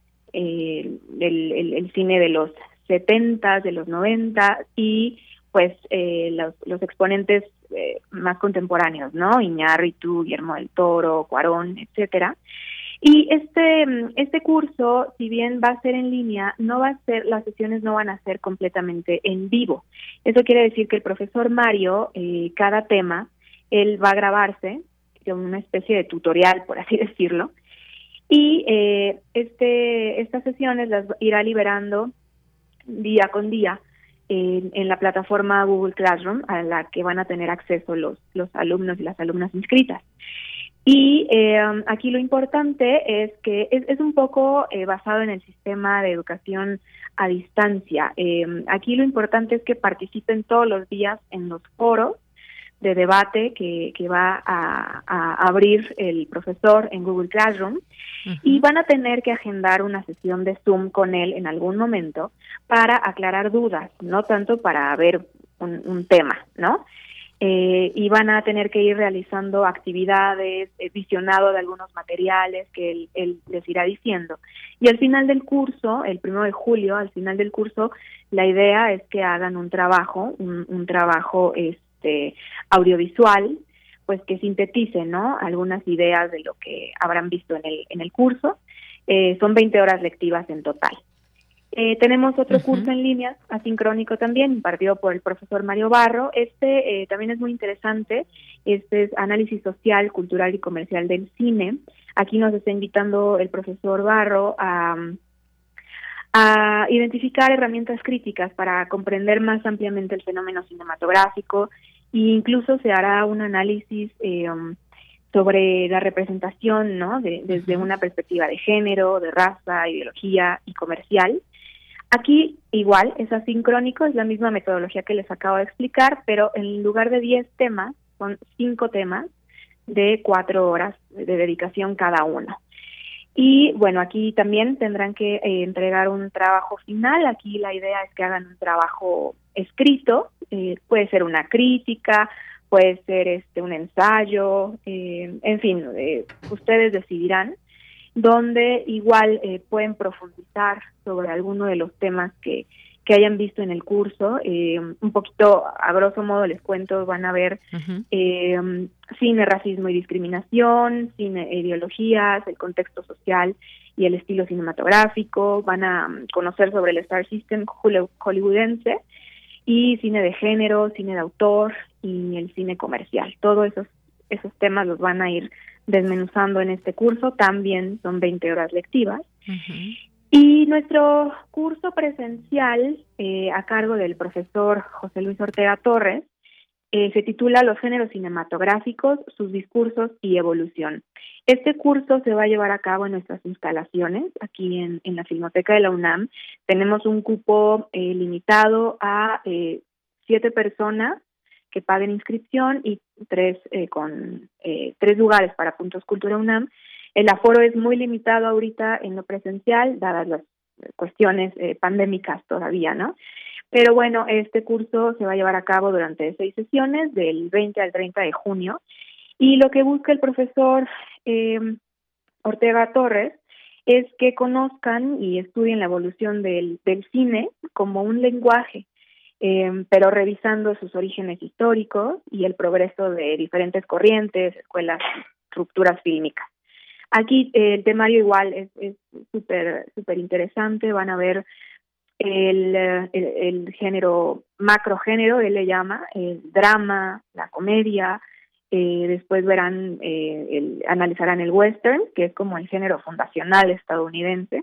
el cine de los 70, de los 90 y pues los exponentes más contemporáneos, ¿no? Iñárritu, Guillermo del Toro, Cuarón, etcétera. Y este curso, si bien va a ser en línea, las sesiones no van a ser completamente en vivo. Eso quiere decir que el profesor Mario, cada tema, él va a grabarse, como una especie de tutorial, por así decirlo, y estas sesiones las irá liberando día con día en la plataforma Google Classroom, a la que van a tener acceso los alumnos y las alumnas inscritas. Y aquí lo importante es que es un poco basado en el sistema de educación a distancia. Aquí lo importante es que participen todos los días en los foros de debate que va a abrir el profesor en Google Classroom. Uh-huh. Y van a tener que agendar una sesión de Zoom con él en algún momento para aclarar dudas, no tanto para ver un tema, ¿no? Y van a tener que ir realizando actividades, visionado de algunos materiales que él les irá diciendo. Y al final del curso, el 1 de julio, al final del curso, la idea es que hagan un trabajo, un trabajo audiovisual, pues que sintetice, ¿no? Algunas ideas de lo que habrán visto en el curso. Son 20 horas lectivas en total. Tenemos otro uh-huh. curso en línea, asincrónico también, impartido por el profesor Mario Barro. También es muy interesante. Este es Análisis Social, Cultural y Comercial del Cine. Aquí nos está invitando el profesor Barro a identificar herramientas críticas para comprender más ampliamente el fenómeno cinematográfico e incluso se hará un análisis sobre la representación, ¿no? Desde una perspectiva de género, de raza, ideología y comercial. Aquí igual es asincrónico, es la misma metodología que les acabo de explicar, pero en lugar de 10 temas, son 5 temas de 4 horas de dedicación cada uno. Y bueno, aquí también tendrán que entregar un trabajo final. Aquí la idea es que hagan un trabajo escrito, puede ser una crítica, puede ser un ensayo, en fin, ustedes decidirán, donde igual pueden profundizar sobre alguno de los temas que hayan visto en el curso. Un poquito, a grosso modo les cuento, van a ver cine, racismo y discriminación, cine, ideologías, el contexto social y el estilo cinematográfico. Van a conocer sobre el Star System hollywoodense y cine de género, cine de autor y el cine comercial. Todos esos temas los van a ir desmenuzando en este curso. También son 20 horas lectivas. Y nuestro curso presencial, a cargo del profesor José Luis Ortega Torres, se titula Los géneros cinematográficos, sus discursos y evolución. Este curso se va a llevar a cabo en nuestras instalaciones, aquí en la Filmoteca de la UNAM. Tenemos un cupo limitado a 7 personas que paguen inscripción y 3 lugares para Puntos Cultura UNAM. El aforo es muy limitado ahorita en lo presencial, dadas las cuestiones pandémicas todavía, ¿no? Pero bueno, este curso se va a llevar a cabo durante 6 sesiones, del 20 al 30 de junio, y lo que busca el profesor Ortega Torres es que conozcan y estudien la evolución del cine como un lenguaje, pero revisando sus orígenes históricos y el progreso de diferentes corrientes, escuelas, estructuras fílmicas. Aquí el temario igual es súper interesante. Van a ver el género, macrogénero, él le llama, el drama, la comedia. Después verán, analizarán el western, que es como el género fundacional estadounidense,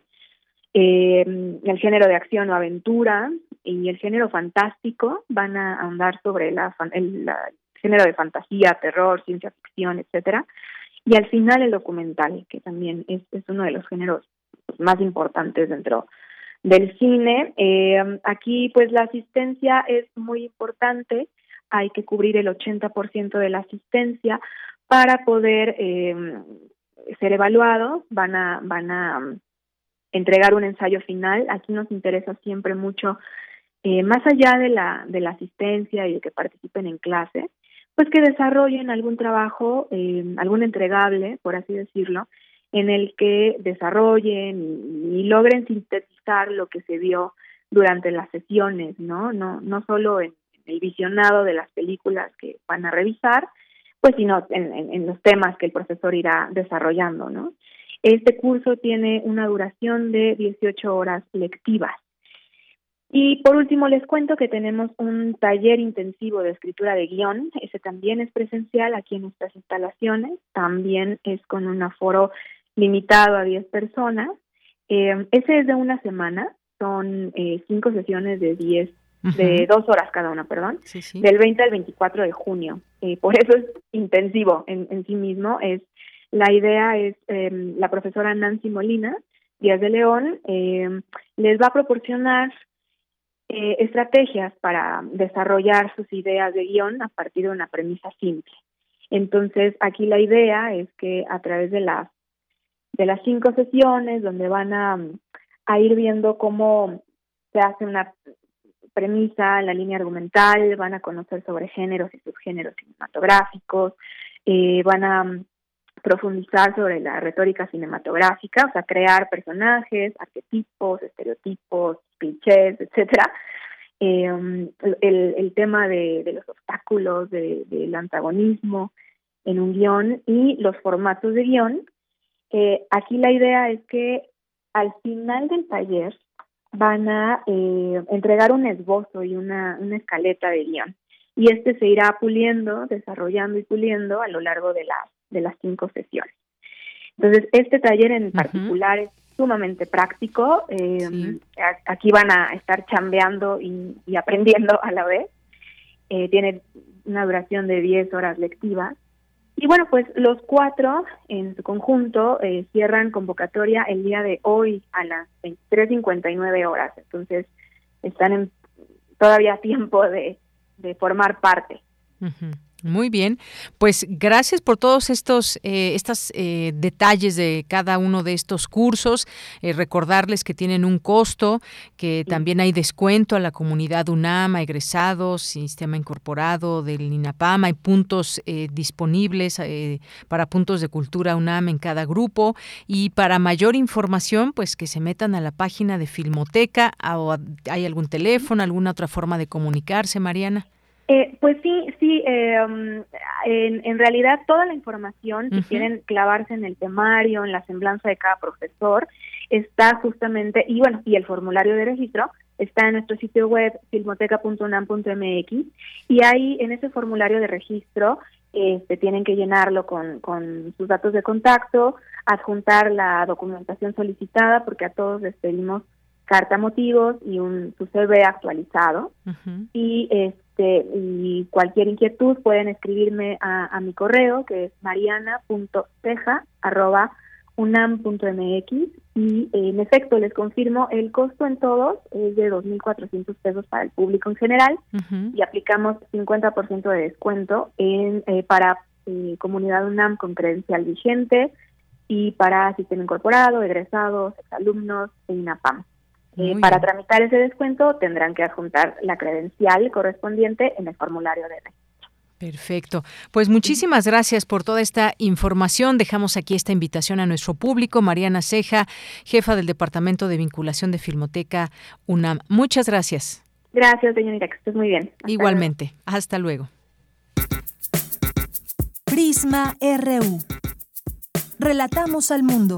el género de acción o aventura y el género fantástico. Van a ahondar sobre el género de fantasía, terror, ciencia ficción, etcétera. Y al final el documental, que también es uno de los géneros más importantes dentro del cine. Aquí pues la asistencia es muy importante, hay que cubrir el 80% de la asistencia para poder ser evaluados. Van a entregar un ensayo final. Aquí nos interesa siempre mucho, más allá de la asistencia y de que participen en clase, pues que desarrollen algún trabajo, algún entregable, por así decirlo, en el que desarrollen y logren sintetizar lo que se vio durante las sesiones, ¿no? No solo en el visionado de las películas que van a revisar, pues sino en los temas que el profesor irá desarrollando, ¿no? Este curso tiene una duración de 18 horas lectivas. Y por último les cuento que tenemos un taller intensivo de escritura de guión. Ese también es presencial aquí en nuestras instalaciones, también es con un aforo limitado a 10 personas. Ese es de una semana, son 5 sesiones de 2 horas cada una, perdón, sí. Del 20 al 24 de junio. Por eso es intensivo en sí mismo. La idea es, la profesora Nancy Molina Díaz de León les va a proporcionar estrategias para desarrollar sus ideas de guión a partir de una premisa simple. Entonces, aquí la idea es que a través de las 5 sesiones, donde van a ir viendo cómo se hace una premisa, la línea argumental, van a conocer sobre géneros y subgéneros cinematográficos, van a profundizar sobre la retórica cinematográfica, o sea, crear personajes, arquetipos, estereotipos, clichés, etcétera. El tema de los obstáculos, del antagonismo en un guión y los formatos de guión. Aquí la idea es que al final del taller van a entregar un esbozo y una escaleta de guión, y se irá puliendo, desarrollando y puliendo a lo largo de las 5 sesiones. Entonces, este taller en particular es sumamente práctico. Sí. Aquí van a estar chambeando y aprendiendo a la vez. Tiene una duración de 10 horas lectivas. Y bueno, pues los 4 en su conjunto cierran convocatoria el día de hoy a las 23:59 horas. Entonces, están todavía a tiempo de formar parte. Muy bien, pues gracias por todos estos detalles de cada uno de estos cursos. Recordarles que tienen un costo, que también hay descuento a la comunidad UNAM, a egresados, sistema incorporado del INAPAM, hay puntos disponibles para puntos de cultura UNAM en cada grupo, y para mayor información, pues que se metan a la página de Filmoteca. O ¿hay algún teléfono, alguna otra forma de comunicarse, Mariana? Pues sí, en realidad toda la información, si quieren clavarse en el temario, en la semblanza de cada profesor, está justamente, y el formulario de registro está en nuestro sitio web filmoteca.unam.mx, y ahí en ese formulario de registro tienen que llenarlo con sus datos de contacto, adjuntar la documentación solicitada, porque a todos les pedimos carta motivos y su CV actualizado, y cualquier inquietud pueden escribirme a mi correo, que es mariana.ceja@unam.mx, y en efecto les confirmo, el costo en todos es de 2,400 pesos para el público en general, y aplicamos 50% de descuento para comunidad UNAM con credencial vigente, y para sistema incorporado, egresados, exalumnos e INAPAM. Para tramitar ese descuento tendrán que adjuntar la credencial correspondiente en el formulario de registro. Perfecto. Pues muchísimas gracias por toda esta información. Dejamos aquí esta invitación a nuestro público. Mariana Ceja, jefa del Departamento de Vinculación de Filmoteca UNAM. Muchas gracias. Gracias, señorita, que estés muy bien. Igualmente. Luego. Hasta luego. Prisma RU. Relatamos al mundo.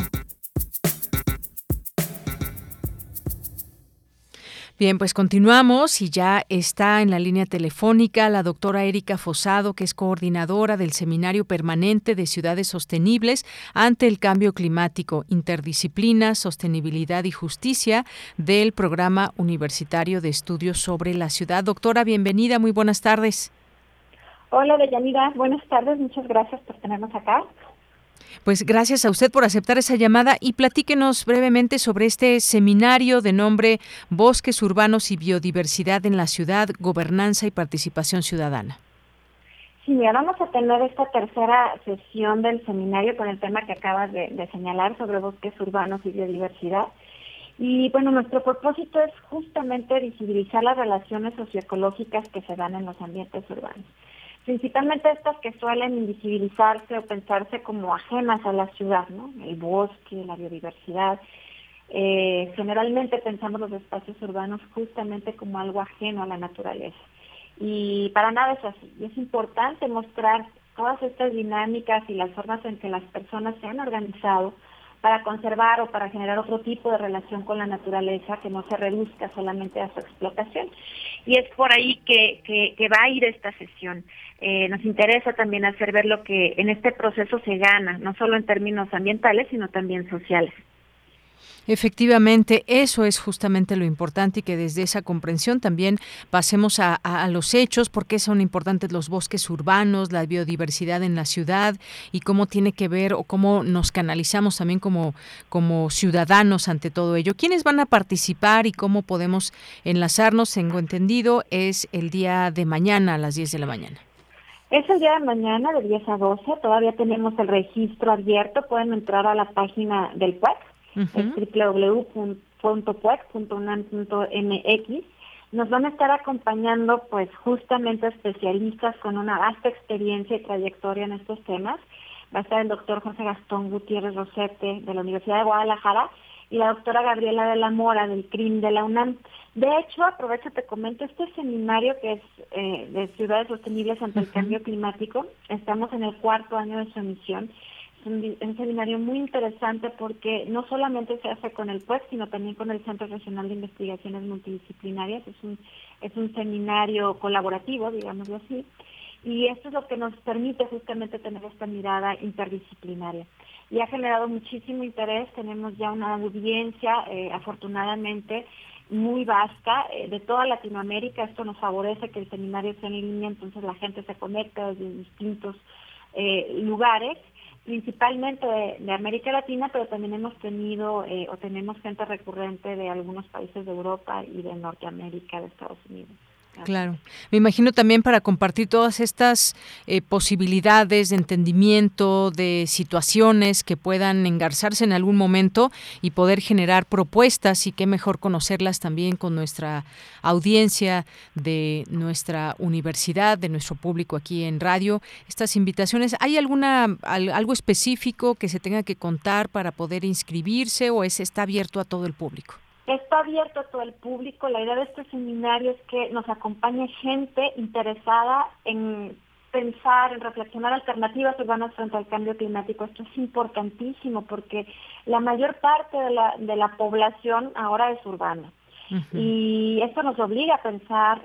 Bien, pues continuamos y ya está en la línea telefónica la doctora Erika Fosado, que es coordinadora del Seminario Permanente de Ciudades Sostenibles ante el Cambio Climático, Interdisciplina, Sostenibilidad y Justicia del Programa Universitario de Estudios sobre la Ciudad. Doctora, bienvenida, muy buenas tardes. Hola, Deyanira, buenas tardes, muchas gracias por tenernos acá. Pues gracias a usted por aceptar esa llamada y platíquenos brevemente sobre este seminario de nombre Bosques Urbanos y Biodiversidad en la Ciudad, Gobernanza y Participación Ciudadana. Sí, mira, vamos a tener esta tercera sesión del seminario con el tema que acabas de señalar sobre bosques urbanos y biodiversidad. Y bueno, nuestro propósito es justamente visibilizar las relaciones socioecológicas que se dan en los ambientes urbanos. Principalmente estas que suelen invisibilizarse o pensarse como ajenas a la ciudad, ¿no? El bosque, la biodiversidad. Generalmente pensamos los espacios urbanos justamente como algo ajeno a la naturaleza. Y para nada es así. Y es importante mostrar todas estas dinámicas y las formas en que las personas se han organizado para conservar o para generar otro tipo de relación con la naturaleza que no se reduzca solamente a su explotación. Y es por ahí que va a ir esta sesión. Nos interesa también hacer ver lo que en este proceso se gana, no solo en términos ambientales, sino también sociales. Efectivamente, eso es justamente lo importante, y que desde esa comprensión también pasemos a los hechos, por qué son importantes los bosques urbanos, la biodiversidad en la ciudad y cómo tiene que ver o cómo nos canalizamos también como ciudadanos ante todo ello. ¿Quiénes van a participar y cómo podemos enlazarnos? Tengo entendido, es el día de mañana a las 10 de la mañana. Es el día de mañana de 10 a 12, todavía tenemos el registro abierto, pueden entrar a la página del PUEC. Es www.puec.unam.mx. Nos van a estar acompañando pues justamente especialistas con una vasta experiencia y trayectoria en estos temas. Va a estar el doctor José Gastón Gutiérrez Rosete de la Universidad de Guadalajara y la doctora Gabriela de la Mora del CRIM de la UNAM. De hecho, aprovecho, te comento, este seminario que es de Ciudades Sostenibles ante el Cambio Climático, estamos en el 4º año de su emisión. Es un seminario muy interesante porque no solamente se hace con el PUEC, sino también con el Centro Regional de Investigaciones Multidisciplinarias. Es un seminario colaborativo, digámoslo así, y esto es lo que nos permite justamente tener esta mirada interdisciplinaria. Y ha generado muchísimo interés, tenemos ya una audiencia, afortunadamente, muy vasta, de toda Latinoamérica. Esto nos favorece que el seminario sea en línea, entonces la gente se conecta desde distintos lugares, principalmente de América Latina, pero también hemos tenido tenemos gente recurrente de algunos países de Europa y de Norteamérica, de Estados Unidos. Claro. Me imagino también para compartir todas estas posibilidades de entendimiento, de situaciones que puedan engarzarse en algún momento y poder generar propuestas, y qué mejor conocerlas también con nuestra audiencia de nuestra universidad, de nuestro público aquí en radio. Estas invitaciones, ¿hay algo específico que se tenga que contar para poder inscribirse o está abierto a todo el público? Está abierto a todo el público. La idea de este seminario es que nos acompañe gente interesada en pensar, en reflexionar alternativas urbanas frente al cambio climático. Esto es importantísimo porque la mayor parte de la población ahora es urbana. Uh-huh. Y esto nos obliga a pensar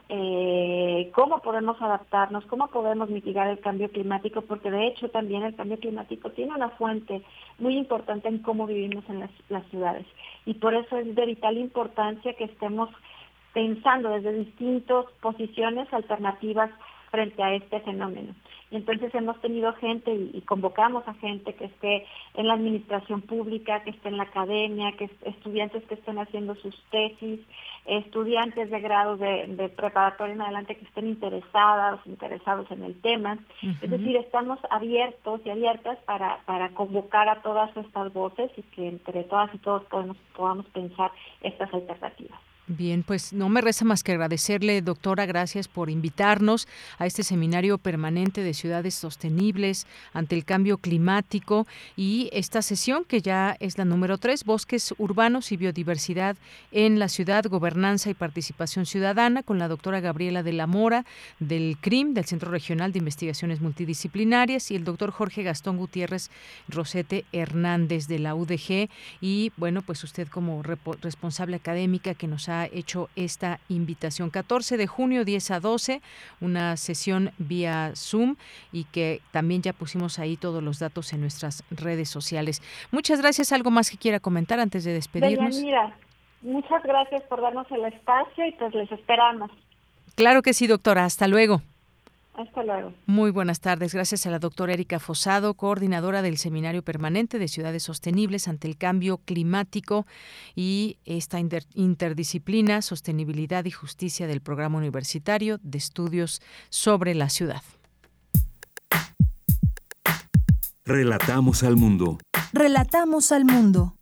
cómo podemos adaptarnos, cómo podemos mitigar el cambio climático, porque de hecho también el cambio climático tiene una fuente muy importante en cómo vivimos en las ciudades. Y por eso es de vital importancia que estemos pensando desde distintas posiciones alternativas frente a este fenómeno. Y entonces hemos tenido gente y convocamos a gente que esté en la administración pública, que esté en la academia, estudiantes que estén haciendo sus tesis, estudiantes de grado de preparatoria en adelante que estén interesados en el tema. Uh-huh. Es decir, estamos abiertos y abiertas para convocar a todas estas voces y que entre todas y todos podamos pensar estas alternativas. Bien, pues no me resta más que agradecerle, doctora, gracias por invitarnos a este seminario permanente de ciudades sostenibles ante el cambio climático y esta sesión que ya es la número 3, Bosques Urbanos y Biodiversidad en la Ciudad, Gobernanza y Participación Ciudadana, con la doctora Gabriela de la Mora del CRIM, del Centro Regional de Investigaciones Multidisciplinarias, y el doctor Jorge Gastón Gutiérrez Rosete Hernández de la UDG. Y bueno, pues usted como responsable académica que nos ha hecho esta invitación. 14 de junio, 10 a 12, una sesión vía Zoom y que también ya pusimos ahí todos los datos en nuestras redes sociales. Muchas gracias. ¿Algo más que quiera comentar antes de despedirnos? Deyanira, muchas gracias por darnos el espacio y pues les esperamos. Claro que sí, doctora. Hasta luego. Hasta luego. Muy buenas tardes. Gracias a la doctora Erika Fosado, coordinadora del Seminario Permanente de Ciudades Sostenibles ante el Cambio Climático y esta interdisciplina, Sostenibilidad y Justicia del Programa Universitario de Estudios sobre la Ciudad. Relatamos al mundo. Relatamos al mundo.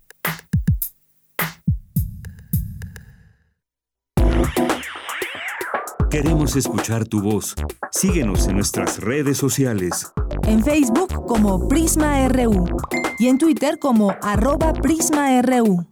Queremos escuchar tu voz. Síguenos en nuestras redes sociales. En Facebook como Prisma RU y en Twitter como @PrismaRU.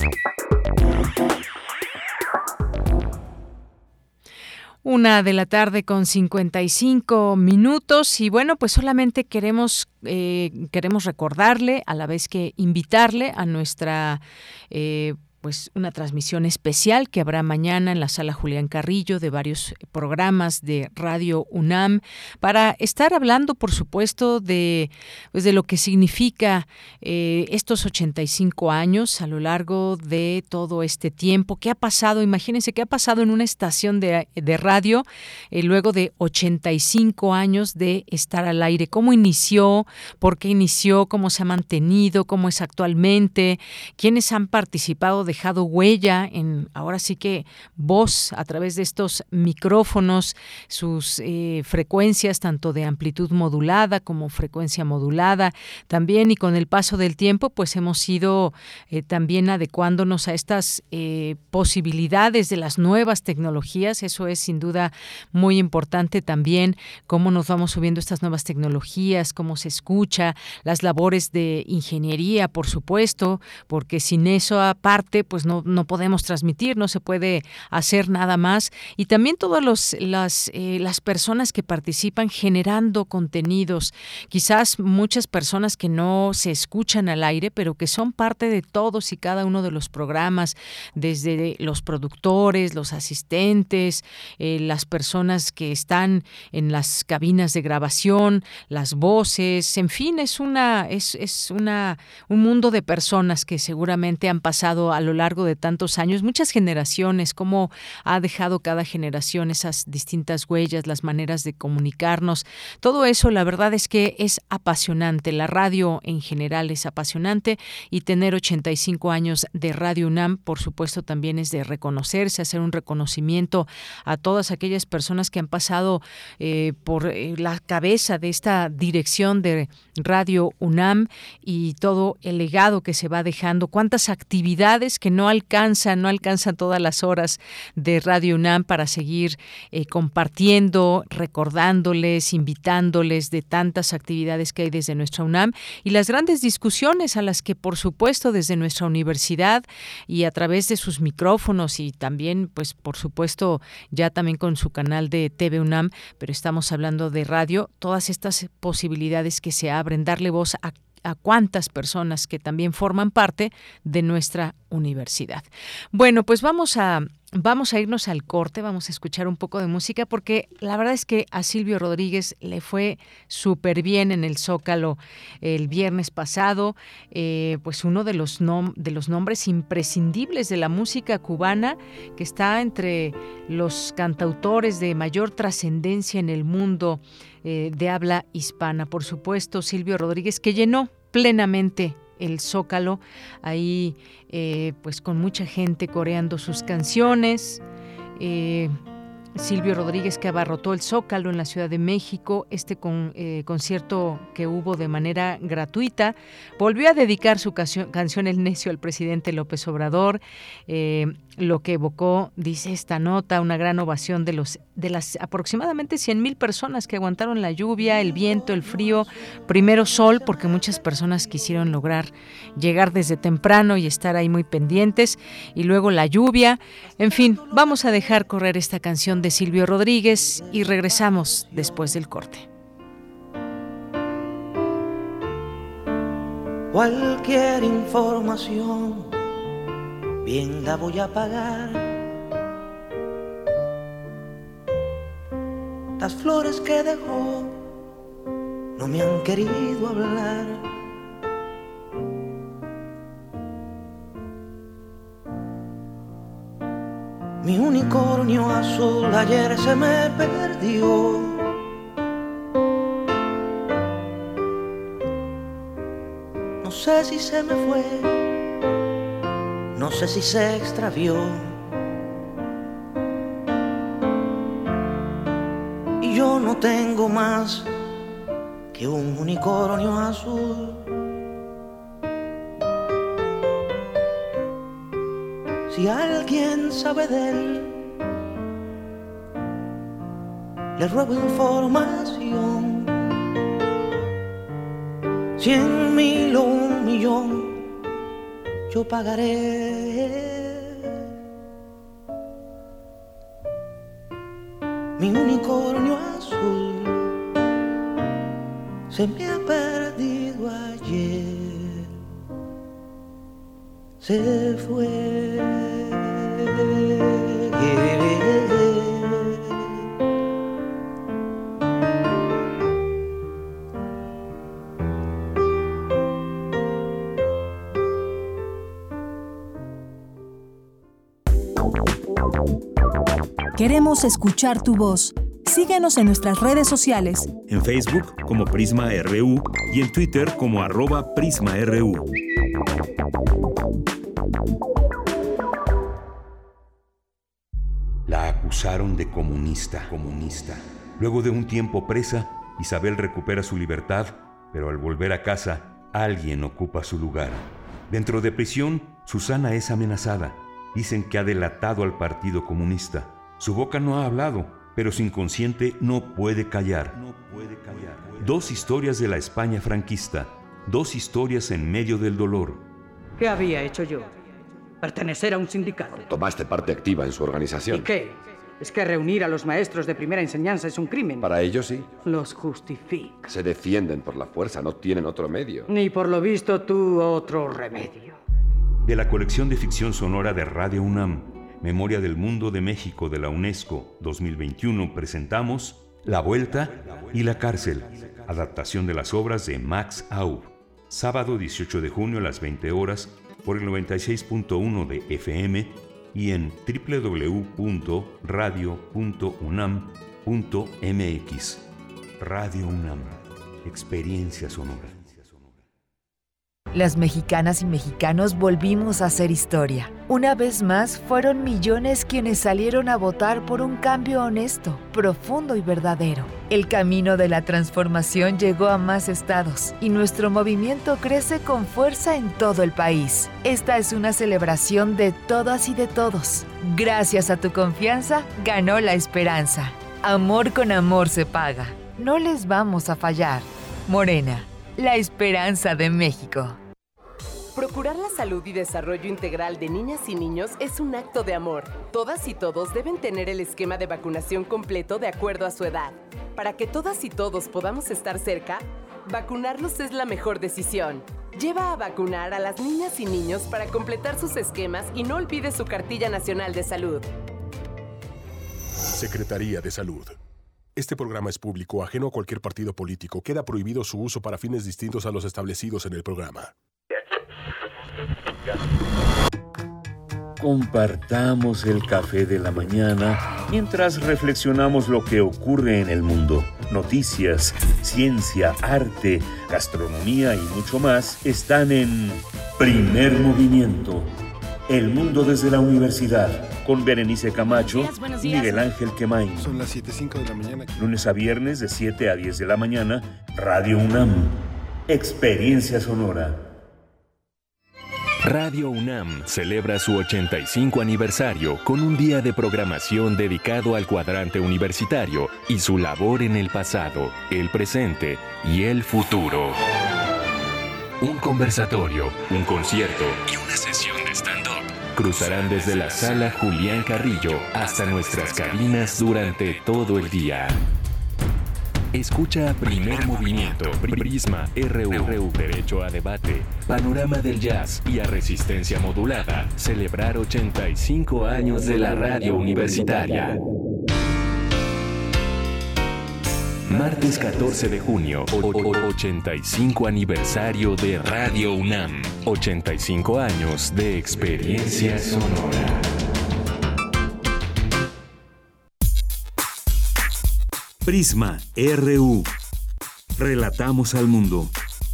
1:55 p.m. y bueno, pues solamente queremos recordarle, a la vez que invitarle a nuestra pues una transmisión especial que habrá mañana en la Sala Julián Carrillo de varios programas de Radio UNAM para estar hablando, por supuesto, de lo que significa estos 85 años a lo largo de todo este tiempo. ¿Qué ha pasado? Imagínense qué ha pasado en una estación de radio luego de 85 años de estar al aire. ¿Cómo inició? ¿Por qué inició? ¿Cómo se ha mantenido? ¿Cómo es actualmente? ¿Quiénes han participado de dejado huella en, ahora sí que voz a través de estos micrófonos, sus frecuencias tanto de amplitud modulada como frecuencia modulada también, y con el paso del tiempo pues hemos ido también adecuándonos a estas posibilidades de las nuevas tecnologías. Eso es sin duda muy importante también, cómo nos vamos subiendo estas nuevas tecnologías, cómo se escucha, las labores de ingeniería, por supuesto, porque sin eso aparte pues no podemos transmitir, no se puede hacer nada más, y también todas las personas que participan generando contenidos, quizás muchas personas que no se escuchan al aire, pero que son parte de todos y cada uno de los programas, desde los productores, los asistentes, las personas que están en las cabinas de grabación, las voces, en fin, es un mundo de personas que seguramente han pasado a lo largo de tantos años, muchas generaciones, cómo ha dejado cada generación esas distintas huellas, las maneras de comunicarnos. Todo eso, la verdad es que es apasionante. La radio en general es apasionante y tener 85 años de Radio UNAM, por supuesto, también es de reconocerse, hacer un reconocimiento a todas aquellas personas que han pasado por la cabeza de esta dirección de Radio UNAM y todo el legado que se va dejando, cuántas actividades que no alcanzan todas las horas de Radio UNAM para seguir compartiendo, recordándoles, invitándoles de tantas actividades que hay desde nuestra UNAM y las grandes discusiones a las que, por supuesto, desde nuestra universidad y a través de sus micrófonos y también, pues, por supuesto, ya también con su canal de TV UNAM, pero estamos hablando de radio, todas estas posibilidades que se abren, darle voz a cuántas personas que también forman parte de nuestra universidad. Bueno, pues vamos a irnos al corte, vamos a escuchar un poco de música porque la verdad es que a Silvio Rodríguez le fue súper bien en el Zócalo el viernes pasado, pues uno de los nombres imprescindibles de la música cubana, que está entre los cantautores de mayor trascendencia en el mundo de habla hispana. Por supuesto, Silvio Rodríguez, que llenó plenamente el Zócalo, ahí pues con mucha gente coreando sus canciones. Silvio Rodríguez, que abarrotó el Zócalo en la Ciudad de México, concierto que hubo de manera gratuita, volvió a dedicar su canción El Necio al presidente López Obrador, lo que evocó, dice esta nota, una gran ovación de las aproximadamente 100,000 personas que aguantaron la lluvia, el viento, el frío, primero sol, porque muchas personas quisieron lograr llegar desde temprano y estar ahí muy pendientes, y luego la lluvia. En fin, vamos a dejar correr esta canción de Silvio Rodríguez y regresamos después del corte. Cualquier información bien la voy a pagar. Las flores que dejó no me han querido hablar. Mi unicornio azul ayer se me perdió. No sé si se me fue, no sé si se extravió. Y yo no tengo más que un unicornio azul. Si alguien sabe de él, le ruego información. 100,000 o 1,000,000 yo pagaré. Mi unicornio azul se me ha perdido ayer, se fue. Queremos escuchar tu voz. Síguenos en nuestras redes sociales. En Facebook como Prisma RU y en Twitter como @PrismaRU. La acusaron de comunista. Luego de un tiempo presa, Isabel recupera su libertad, pero al volver a casa, alguien ocupa su lugar. Dentro de prisión, Susana es amenazada. Dicen que ha delatado al Partido Comunista. Su boca no ha hablado, pero su inconsciente no puede callar. Dos historias de la España franquista, dos historias en medio del dolor. ¿Qué había hecho yo? Pertenecer a un sindicato. Tomaste parte activa en su organización. ¿Y qué? ¿Es que reunir a los maestros de primera enseñanza es un crimen? Para ellos sí. Los justifica. Se defienden por la fuerza, no tienen otro medio. Ni por lo visto tú otro remedio. De la colección de ficción sonora de Radio UNAM, Memoria del Mundo de México de la UNESCO 2021, presentamos La Vuelta y la Cárcel, adaptación de las obras de Max Aub. Sábado 18 de junio a las 20 horas, por el 96.1 de FM y en www.radio.unam.mx. Radio UNAM, experiencia sonora. Las mexicanas y mexicanos volvimos a hacer historia. Una vez más, fueron millones quienes salieron a votar por un cambio honesto, profundo y verdadero. El camino de la transformación llegó a más estados y nuestro movimiento crece con fuerza en todo el país. Esta es una celebración de todas y de todos. Gracias a tu confianza, ganó la esperanza. Amor con amor se paga. No les vamos a fallar. Morena, la esperanza de México. Procurar la salud y desarrollo integral de niñas y niños es un acto de amor. Todas y todos deben tener el esquema de vacunación completo de acuerdo a su edad. Para que todas y todos podamos estar cerca, vacunarlos es la mejor decisión. Lleva a vacunar a las niñas y niños para completar sus esquemas y no olvide su cartilla nacional de salud. Secretaría de Salud. Este programa es público, ajeno a cualquier partido político. Queda prohibido su uso para fines distintos a los establecidos en el programa. Compartamos el café de la mañana mientras reflexionamos lo que ocurre en el mundo. Noticias, ciencia, arte, gastronomía y mucho más están en Primer Movimiento. El mundo desde la universidad, con Berenice Camacho y Miguel Ángel Quemain. Son las 7:05 de la mañana. Lunes a viernes de 7 a 10 de la mañana, Radio UNAM. Experiencia sonora. Radio UNAM celebra su 85 aniversario con un día de programación dedicado al cuadrante universitario y su labor en el pasado, el presente y el futuro. Un conversatorio, un concierto y una sesión de stand-up cruzarán desde la Sala Julián Carrillo hasta nuestras cabinas durante todo el día. Escucha Primer Movimiento, Prisma RU, Derecho a Debate, Panorama del Jazz y a Resistencia Modulada. Celebrar 85 años de la radio universitaria. Martes 14 de junio, 85 aniversario de Radio UNAM. 85 años de experiencia sonora. Prisma RU. Relatamos al mundo.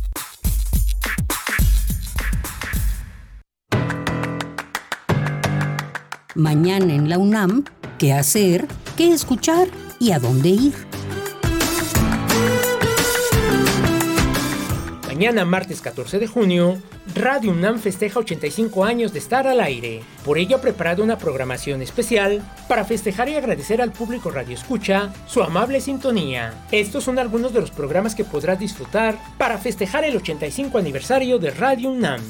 Mañana en la UNAM, ¿qué hacer? ¿Qué escuchar? ¿Y a dónde ir? Mañana, martes 14 de junio, Radio UNAM festeja 85 años de estar al aire. Por ello ha preparado una programación especial para festejar y agradecer al público radioescucha su amable sintonía. Estos son algunos de los programas que podrás disfrutar para festejar el 85 aniversario de Radio UNAM.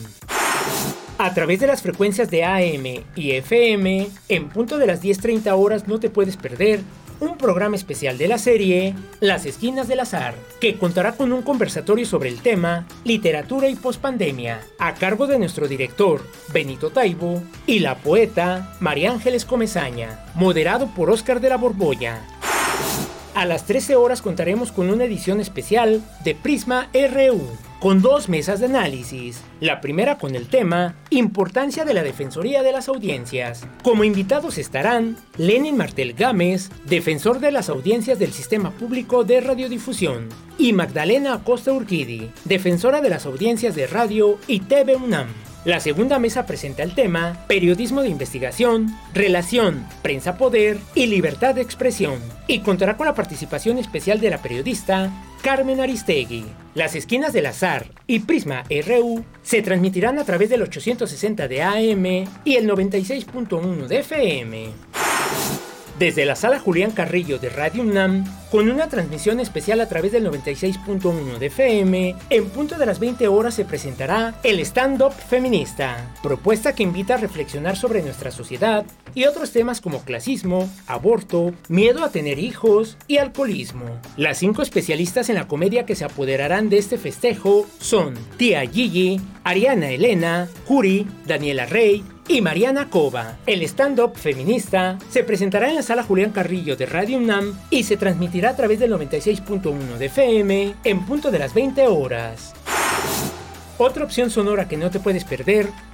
A través de las frecuencias de AM y FM, en punto de las 10:30 horas no te puedes perder un programa especial de la serie Las Esquinas del Azar, que contará con un conversatorio sobre el tema literatura y pospandemia, a cargo de nuestro director Benito Taibo y la poeta María Ángeles Comesaña, moderado por Óscar de la Borbolla. A las 13 horas contaremos con una edición especial de Prisma RU, con 2 mesas de análisis. La primera con el tema Importancia de la Defensoría de las Audiencias. Como invitados estarán Lenin Martel Gámez, defensor de las audiencias del Sistema Público de Radiodifusión, y Magdalena Acosta Urquidi, defensora de las audiencias de Radio y TV UNAM. La segunda mesa presenta el tema Periodismo de Investigación, Relación, Prensa-Poder y Libertad de Expresión, y contará con la participación especial de la periodista Carmen Aristegui. Las Esquinas del Azar y Prisma RU se transmitirán a través del 860 de AM y el 96.1 de FM. Desde la Sala Julián Carrillo de Radio UNAM, con una transmisión especial a través del 96.1 de FM, en punto de las 20 horas se presentará el stand-up feminista, propuesta que invita a reflexionar sobre nuestra sociedad y otros temas como clasismo, aborto, miedo a tener hijos y alcoholismo. Las 5 especialistas en la comedia que se apoderarán de este festejo son Tía Gigi, Ariana Elena, Juri, Daniela Rey y Mariana Cova. El stand-up feminista se presentará en la Sala Julián Carrillo de Radio UNAM y se transmitirá a través del 96.1 de FM en punto de las 20 horas. Otra opción sonora que no te puedes perder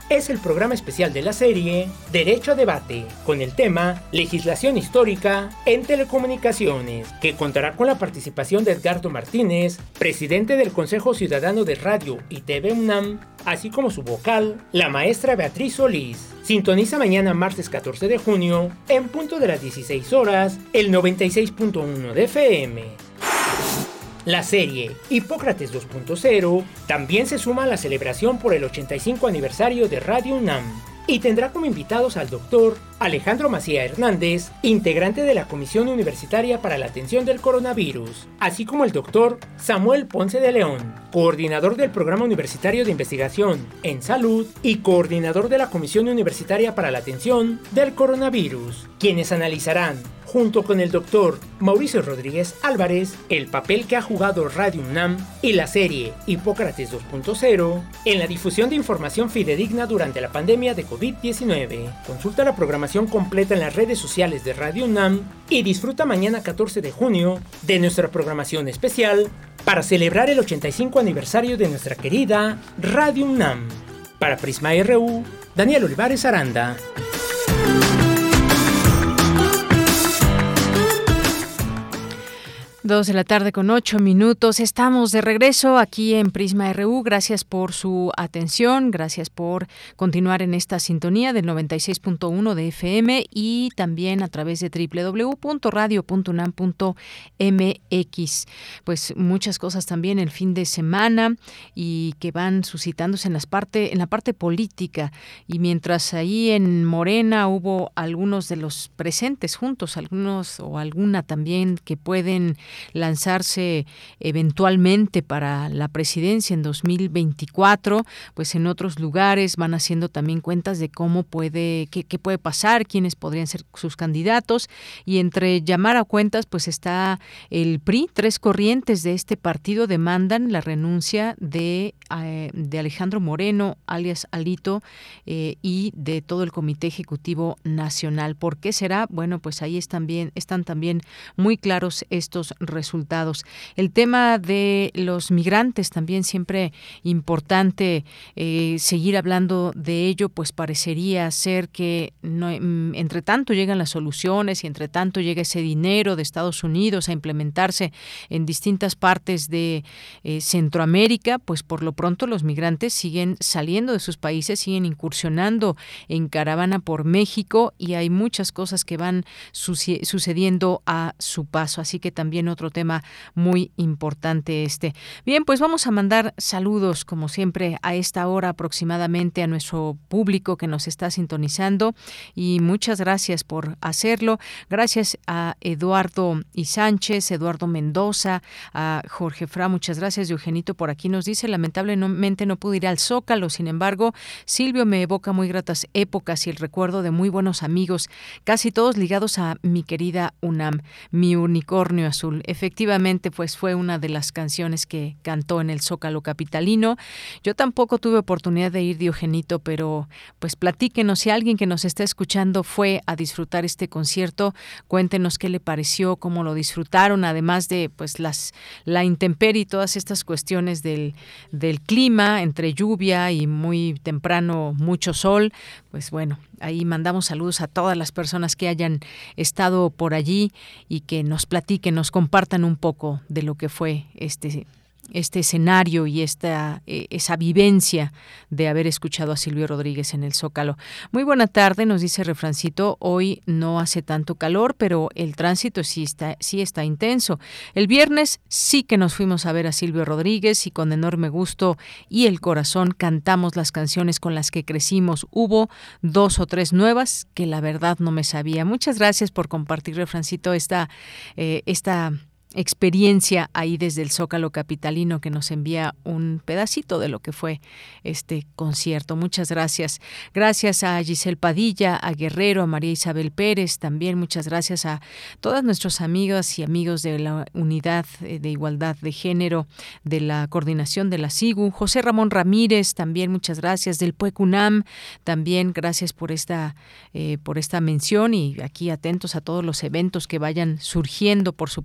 es el programa especial de la serie Derecho a Debate, con el tema Legislación Histórica en Telecomunicaciones, que contará con la participación de Edgardo Martínez, presidente del Consejo Ciudadano de Radio y TV UNAM, así como su vocal, la maestra Beatriz Solís. Sintoniza mañana martes 14 de junio, en punto de las 16 horas, el 96.1 de FM. La serie Hipócrates 2.0 también se suma a la celebración por el 85 aniversario de Radio UNAM y tendrá como invitados al doctor Alejandro Macía Hernández, integrante de la Comisión Universitaria para la Atención del Coronavirus, así como el doctor Samuel Ponce de León, coordinador del Programa Universitario de Investigación en Salud y coordinador de la Comisión Universitaria para la Atención del Coronavirus, quienes analizarán, junto con el doctor Mauricio Rodríguez Álvarez, el papel que ha jugado Radio UNAM y la serie Hipócrates 2.0 en la difusión de información fidedigna durante la pandemia de COVID-19. Consulta la programación completa en las redes sociales de Radio UNAM y disfruta mañana 14 de junio de nuestra programación especial para celebrar el 85 aniversario de nuestra querida Radio UNAM. Para Prisma RU, Daniel Olivares Aranda. 2:08 p.m. Estamos de regreso aquí en Prisma RU. Gracias por su atención, gracias por continuar en esta sintonía del 96.1 de FM y también a través de www.radio.unam.mx. Pues muchas cosas también el fin de semana y que van suscitándose en la parte política, y mientras ahí en Morena hubo algunos de los presentes juntos, algunos o alguna también que pueden lanzarse eventualmente para la presidencia en 2024, pues en otros lugares van haciendo también cuentas de cómo qué puede pasar, quiénes podrían ser sus candidatos, y entre llamar a cuentas pues está el PRI. Tres corrientes de este partido demandan la renuncia de Alejandro Moreno, alias Alito, y de todo el Comité Ejecutivo Nacional. ¿Por qué será? Bueno, pues ahí están también muy claros estos resultados. El tema de los migrantes también siempre importante seguir hablando de ello, pues parecería ser que entre tanto llegan las soluciones y entre tanto llega ese dinero de Estados Unidos a implementarse en distintas partes de Centroamérica, pues por lo pronto los migrantes siguen saliendo de sus países, siguen incursionando en caravana por México, y hay muchas cosas que van sucediendo a su paso, así que también otro tema muy importante este. Bien, pues vamos a mandar saludos como siempre a esta hora aproximadamente a nuestro público que nos está sintonizando, y muchas gracias por hacerlo. Gracias a Eduardo y Sánchez, Eduardo Mendoza, a Jorge Fra, muchas gracias. Eugenito por aquí nos dice: lamentablemente no pude ir al Zócalo, sin embargo Silvio me evoca muy gratas épocas y el recuerdo de muy buenos amigos, casi todos ligados a mi querida UNAM, mi unicornio azul. Efectivamente, pues fue una de las canciones que cantó en el Zócalo capitalino. Yo tampoco tuve oportunidad de ir, Diogenito, pero pues platíquenos, si alguien que nos está escuchando fue a disfrutar este concierto, cuéntenos qué le pareció, cómo lo disfrutaron, además de pues la intemperie y todas estas cuestiones del clima, entre lluvia y muy temprano mucho sol. Pues bueno, ahí mandamos saludos a todas las personas que hayan estado por allí y que nos platiquen, nos compartan un poco de lo que fue este escenario y esa vivencia de haber escuchado a Silvio Rodríguez en el Zócalo. Muy buena tarde, nos dice Refrancito. Hoy no hace tanto calor, pero el tránsito sí está intenso. El viernes sí que nos fuimos a ver a Silvio Rodríguez y con enorme gusto y el corazón cantamos las canciones con las que crecimos. Hubo 2 o 3 nuevas que la verdad no me sabía. Muchas gracias por compartir, Refrancito, esta experiencia ahí desde el Zócalo capitalino, que nos envía un pedacito de lo que fue este concierto. Muchas gracias. Gracias a Giselle Padilla, a Guerrero, a María Isabel Pérez, también muchas gracias a todas nuestras amigas y amigos de la Unidad de Igualdad de Género, de la Coordinación de la SIGU. José Ramón Ramírez, también muchas gracias. Del PUEC UNAM, también gracias por esta mención, y aquí atentos a todos los eventos que vayan surgiendo, por supuesto, para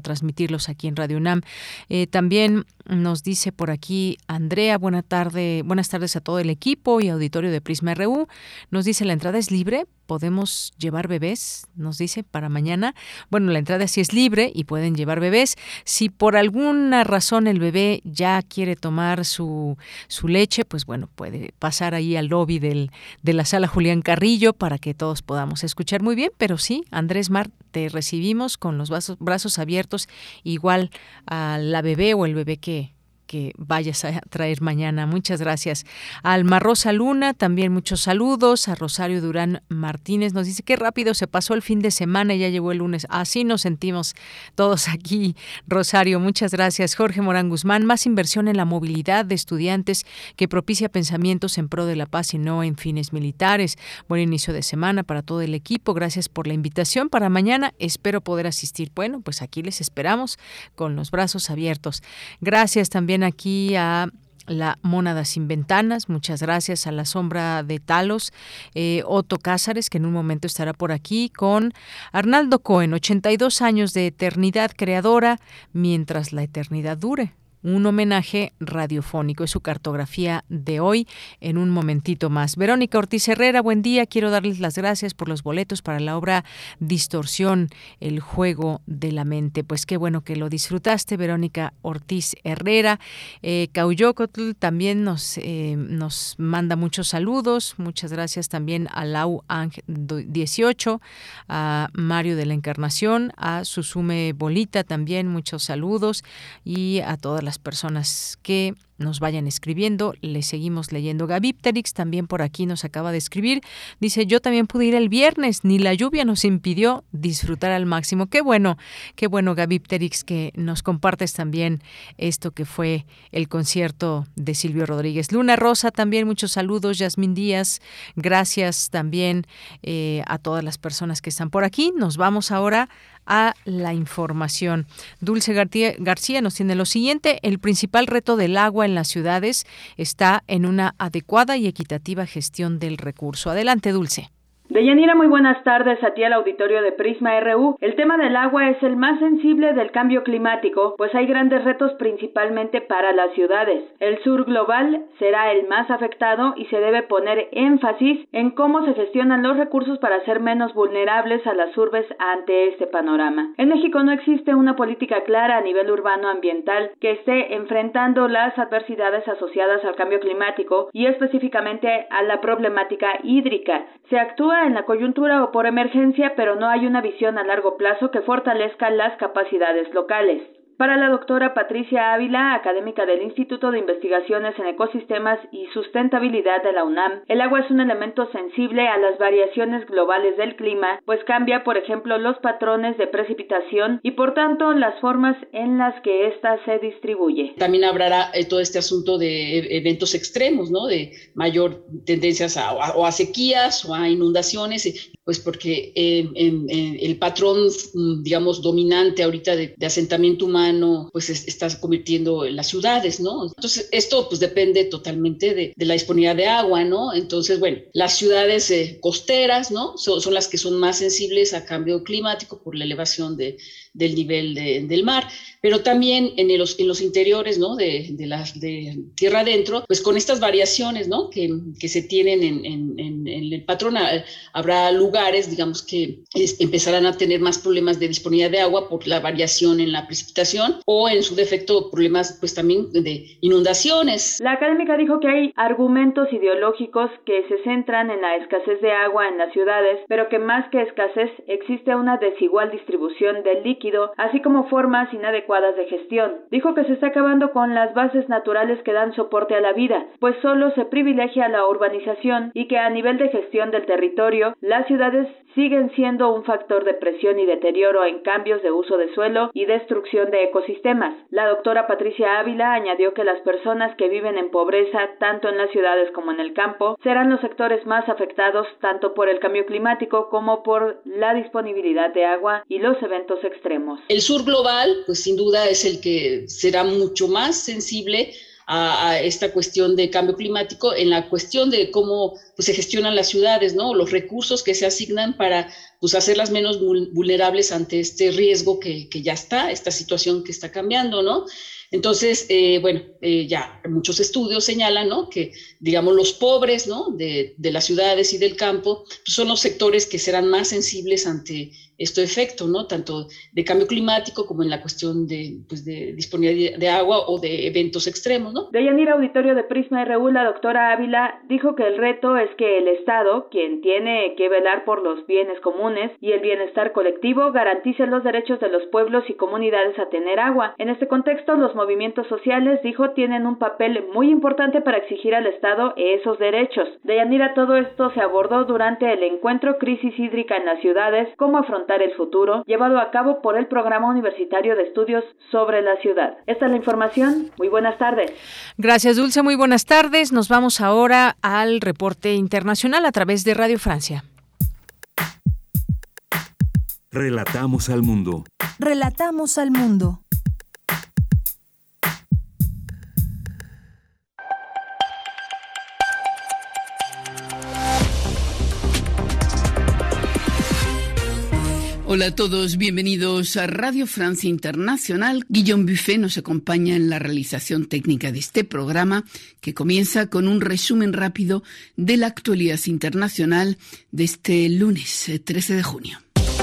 transmitirlos aquí en Radio UNAM. También nos dice por aquí Andrea, buenas tardes a todo el equipo y auditorio de Prisma RU. Nos dice, la entrada es libre, podemos llevar bebés, nos dice, para mañana. Bueno, la entrada sí es libre y pueden llevar bebés. Si por alguna razón el bebé ya quiere tomar su leche, pues bueno, puede pasar ahí al lobby de la sala Julián Carrillo para que todos podamos escuchar muy bien. Pero sí, Andrés Mar, te recibimos con los brazos abiertos, igual a la bebé o el bebé que vayas a traer mañana. Muchas gracias. A Alma Rosa Luna, también muchos saludos. A Rosario Durán Martínez, nos dice qué rápido se pasó el fin de semana y ya llegó el lunes. Así nos sentimos todos aquí, Rosario. Muchas gracias. Jorge Morán Guzmán, más inversión en la movilidad de estudiantes que propicia pensamientos en pro de la paz y no en fines militares. Buen inicio de semana para todo el equipo. Gracias por la invitación para mañana. Espero poder asistir. Bueno, pues aquí les esperamos con los brazos abiertos. Gracias también aquí a la Mónada Sin Ventanas, muchas gracias. A la Sombra de Talos, Otto Cázares, que en un momento estará por aquí, con Arnaldo Cohen, 82 años de eternidad creadora, mientras la eternidad dure. Un homenaje radiofónico, es su cartografía de hoy, en un momentito más. Verónica Ortiz Herrera, buen día, quiero darles las gracias por los boletos para la obra Distorsión, el juego de la mente. Pues qué bueno que lo disfrutaste, Verónica Ortiz Herrera. Cauyocotl también nos manda muchos saludos, muchas gracias también a Lau Ang 18, a Mario de la Encarnación, a Susume Bolita también, muchos saludos, y a todas las personas que nos vayan escribiendo, les seguimos leyendo. Gavipterix también por aquí nos acaba de escribir, dice, yo también pude ir el viernes, ni la lluvia nos impidió disfrutar al máximo. Qué bueno Gavipterix, que nos compartes también esto que fue el concierto de Silvio Rodríguez. Luna Rosa también, muchos saludos. Yasmín Díaz, gracias también a todas las personas que están por aquí. Nos vamos ahora a la información. Dulce García nos tiene lo siguiente: el principal reto del agua en las ciudades está en una adecuada y equitativa gestión del recurso. Adelante, Dulce. Deyanira, muy buenas tardes a ti al auditorio de Prisma RU. El tema del agua es el más sensible del cambio climático, pues hay grandes retos principalmente para las ciudades. El sur global será el más afectado y se debe poner énfasis en cómo se gestionan los recursos para ser menos vulnerables a las urbes ante este panorama. En México no existe una política clara a nivel urbano ambiental que esté enfrentando las adversidades asociadas al cambio climático y específicamente a la problemática hídrica. Se actúa en la coyuntura o por emergencia, pero no hay una visión a largo plazo que fortalezca las capacidades locales. Para la doctora Patricia Ávila, académica del Instituto de Investigaciones en Ecosistemas y Sustentabilidad de la UNAM, el agua es un elemento sensible a las variaciones globales del clima, pues cambia, por ejemplo, los patrones de precipitación y, por tanto, las formas en las que ésta se distribuye. También habrá todo este asunto de eventos extremos, ¿no? De mayor tendencias a sequías o a inundaciones, pues porque el patrón, digamos, dominante ahorita de asentamiento humano, pues está convirtiendo en las ciudades, ¿no? Entonces, esto pues depende totalmente de la disponibilidad de agua, ¿no? Entonces, bueno, las ciudades costeras, ¿no? Son las que son más sensibles a cambio climático por la elevación del nivel del mar, pero también en los interiores, ¿no? de tierra adentro, pues con estas variaciones, ¿no? que se tienen en el patrón, habrá lugares, digamos, que empezarán a tener más problemas de disponibilidad de agua por la variación en la precipitación o en su defecto problemas pues también de inundaciones. La académica dijo que hay argumentos ideológicos que se centran en la escasez de agua en las ciudades, pero que más que escasez existe una desigual distribución del líquido, así como formas inadecuadas de gestión. Dijo que se está acabando con las bases naturales que dan soporte a la vida, pues solo se privilegia la urbanización y que a nivel de gestión del territorio, las ciudades siguen siendo un factor de presión y deterioro en cambios de uso de suelo y destrucción de ecosistemas. La doctora Patricia Ávila añadió que las personas que viven en pobreza, tanto en las ciudades como en el campo, serán los sectores más afectados tanto por el cambio climático como por la disponibilidad de agua y los eventos extremos. El sur global, pues sin duda es el que será mucho más sensible a esta cuestión de cambio climático en la cuestión de cómo pues, se gestionan las ciudades, ¿no? Los recursos que se asignan para pues, hacerlas menos vulnerables ante este riesgo que ya está, esta situación que está cambiando, ¿no? Entonces, ya muchos estudios señalan, ¿no? Que, digamos, los pobres, ¿no? De las ciudades y del campo pues son los sectores que serán más sensibles ante este efecto, ¿no? Tanto de cambio climático como en la cuestión de disponibilidad de agua o de eventos extremos, ¿no? Deyanira, auditorio de Prisma RU, la doctora Ávila dijo que el reto es que el Estado, quien tiene que velar por los bienes comunes y el bienestar colectivo, garantice los derechos de los pueblos y comunidades a tener agua. En este contexto, los movimientos sociales, dijo, tienen un papel muy importante para exigir al Estado esos derechos. Deyanira, todo esto se abordó durante el encuentro Crisis Hídrica en las Ciudades, cómo afrontar el futuro, llevado a cabo por el Programa Universitario de Estudios sobre la Ciudad. Esta es la información. Muy buenas tardes. Gracias, Dulce. Muy buenas tardes. Nos vamos ahora al reporte internacional a través de Radio Francia. Relatamos al mundo. Relatamos al mundo. Hola a todos, bienvenidos a Radio Francia Internacional. Guillaume Buffet nos acompaña en la realización técnica de este programa, que comienza con un resumen rápido de la actualidad internacional de este lunes 13 de junio.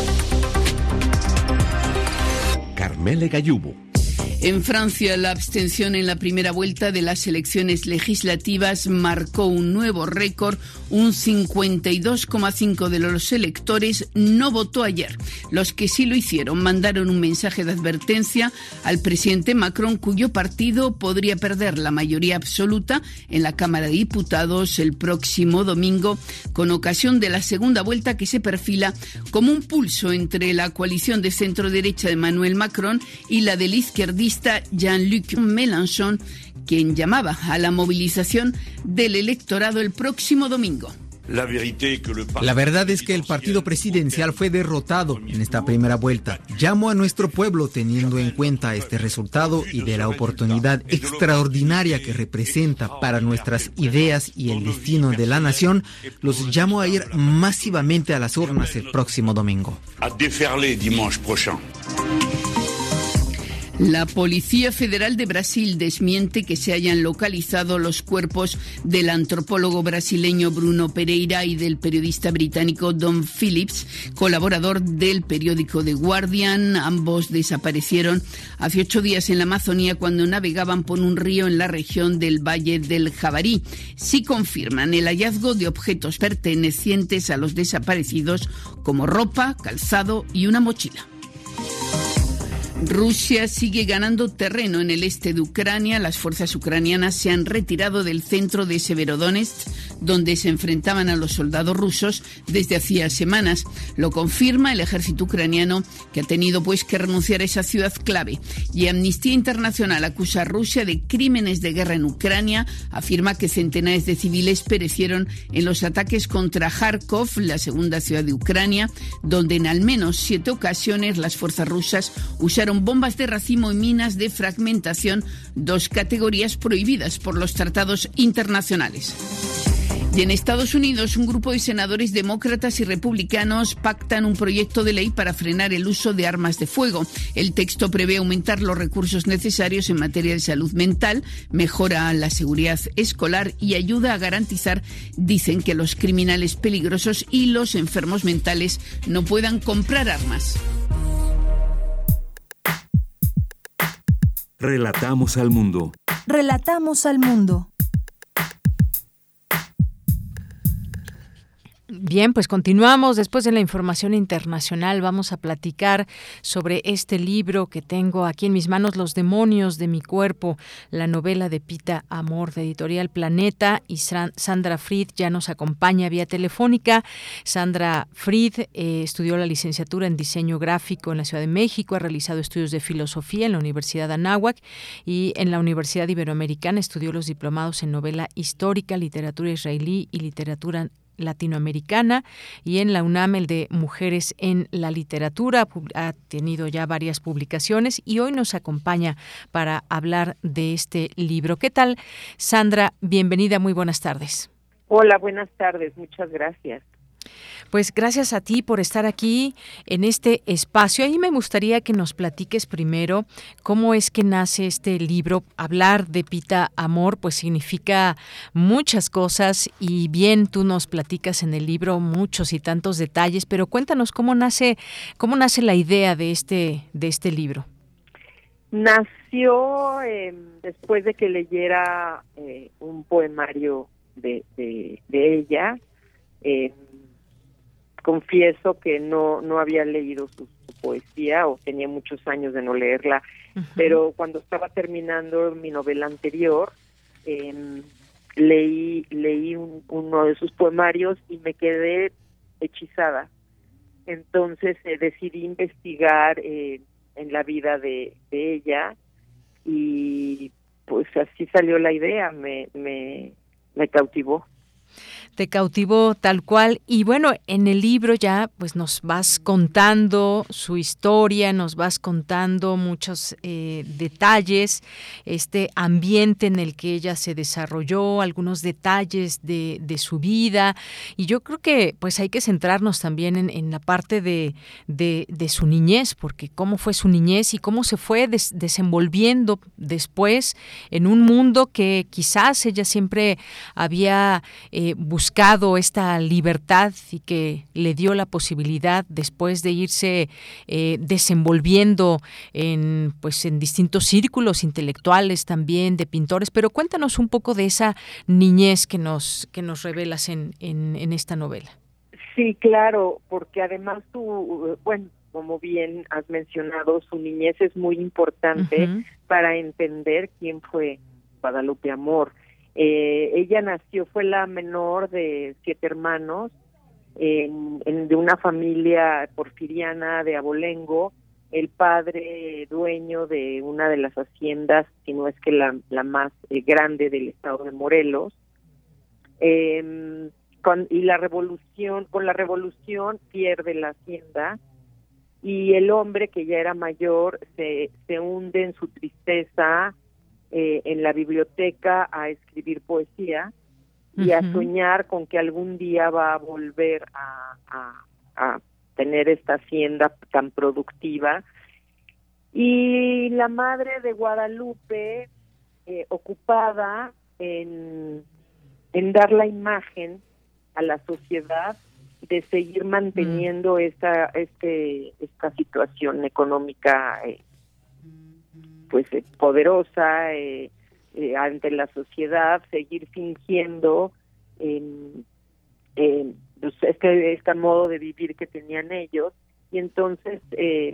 Carmele Gallubo. En Francia, la abstención en la primera vuelta de las elecciones legislativas marcó un nuevo récord. Un 52,5% de los electores no votó ayer. Los que sí lo hicieron mandaron un mensaje de advertencia al presidente Macron, cuyo partido podría perder la mayoría absoluta en la Cámara de Diputados el próximo domingo, con ocasión de la segunda vuelta que se perfila como un pulso entre la coalición de centro-derecha de Emmanuel Macron y la del izquierdista Jean-Luc Mélenchon, quien llamaba a la movilización del electorado el próximo domingo. La verdad es que el partido presidencial fue derrotado en esta primera vuelta. Llamo a nuestro pueblo, teniendo en cuenta este resultado y de la oportunidad extraordinaria que representa para nuestras ideas y el destino de la nación, los llamo a ir masivamente a las urnas el próximo domingo. La Policía Federal de Brasil desmiente que se hayan localizado los cuerpos del antropólogo brasileño Bruno Pereira y del periodista británico Dom Phillips, colaborador del periódico The Guardian. Ambos desaparecieron hace 8 días en la Amazonía cuando navegaban por un río en la región del Valle del Jabarí. Sí confirman el hallazgo de objetos pertenecientes a los desaparecidos, como ropa, calzado y una mochila. Rusia sigue ganando terreno en el este de Ucrania. Las fuerzas ucranianas se han retirado del centro de Severodonetsk, donde se enfrentaban a los soldados rusos desde hacía semanas. Lo confirma el ejército ucraniano, que ha tenido que renunciar a esa ciudad clave. Y Amnistía Internacional acusa a Rusia de crímenes de guerra en Ucrania. Afirma que centenares de civiles perecieron en los ataques contra Kharkov, la segunda ciudad de Ucrania, donde en al menos 7 ocasiones las fuerzas rusas usaron bombas de racimo y minas de fragmentación, 2 categorías prohibidas por los tratados internacionales. Y en Estados Unidos, un grupo de senadores demócratas y republicanos pactan un proyecto de ley para frenar el uso de armas de fuego. El texto prevé aumentar los recursos necesarios en materia de salud mental, mejora la seguridad escolar y ayuda a garantizar, dicen, que los criminales peligrosos y los enfermos mentales no puedan comprar armas. Relatamos al mundo. Relatamos al mundo. Bien, pues continuamos. Después de la información internacional vamos a platicar sobre este libro que tengo aquí en mis manos, Los demonios de mi cuerpo, la novela de Pita Amor, de Editorial Planeta, y Sandra Fried ya nos acompaña vía telefónica. Sandra Fried estudió la licenciatura en Diseño Gráfico en la Ciudad de México, ha realizado estudios de Filosofía en la Universidad Anáhuac y en la Universidad Iberoamericana estudió los diplomados en Novela Histórica, Literatura Israelí y Literatura latinoamericana, y en la UNAM el de Mujeres en la Literatura. Ha tenido ya varias publicaciones y hoy nos acompaña para hablar de este libro. ¿Qué tal, Sandra? Bienvenida, muy buenas tardes. Hola, buenas tardes, muchas gracias. Pues gracias a ti por estar aquí en este espacio. Ahí me gustaría que nos platiques primero cómo es que nace este libro. Hablar de Pita Amor pues significa muchas cosas, y bien tú nos platicas en el libro muchos y tantos detalles, pero cuéntanos cómo nace la idea de este libro. Nació después de que leyera un poemario de ella. Confieso que no había leído su poesía, o tenía muchos años de no leerla, pero cuando estaba terminando mi novela anterior, leí uno de sus poemarios y me quedé hechizada. Entonces decidí investigar en la vida de ella, y pues así salió la idea, me cautivó. Te cautivó tal cual, y bueno, en el libro ya pues nos vas contando su historia, nos vas contando muchos detalles, este ambiente en el que ella se desarrolló, algunos detalles de su vida, y yo creo que pues hay que centrarnos también en la parte de su niñez, porque cómo fue su niñez y cómo se fue desenvolviendo después en un mundo que quizás ella siempre había buscado esta libertad, y que le dio la posibilidad después de irse desenvolviendo en distintos círculos intelectuales, también de pintores. Pero cuéntanos un poco de esa niñez que nos revelas en esta novela. Sí, claro, porque además como bien has mencionado, su niñez es muy importante para entender quién fue Guadalupe Amor. Ella fue la menor de 7 hermanos, de una familia porfiriana de Abolengo, el padre dueño de una de las haciendas, si no es que la más grande del estado de Morelos. Con la revolución pierde la hacienda, y el hombre, que ya era mayor, se hunde en su tristeza en la biblioteca a escribir poesía y a soñar con que algún día va a volver a tener esta hacienda tan productiva. Y la madre de Guadalupe, ocupada en dar la imagen a la sociedad de seguir manteniendo esta situación económica poderosa ante la sociedad, seguir fingiendo este modo de vivir que tenían ellos, y entonces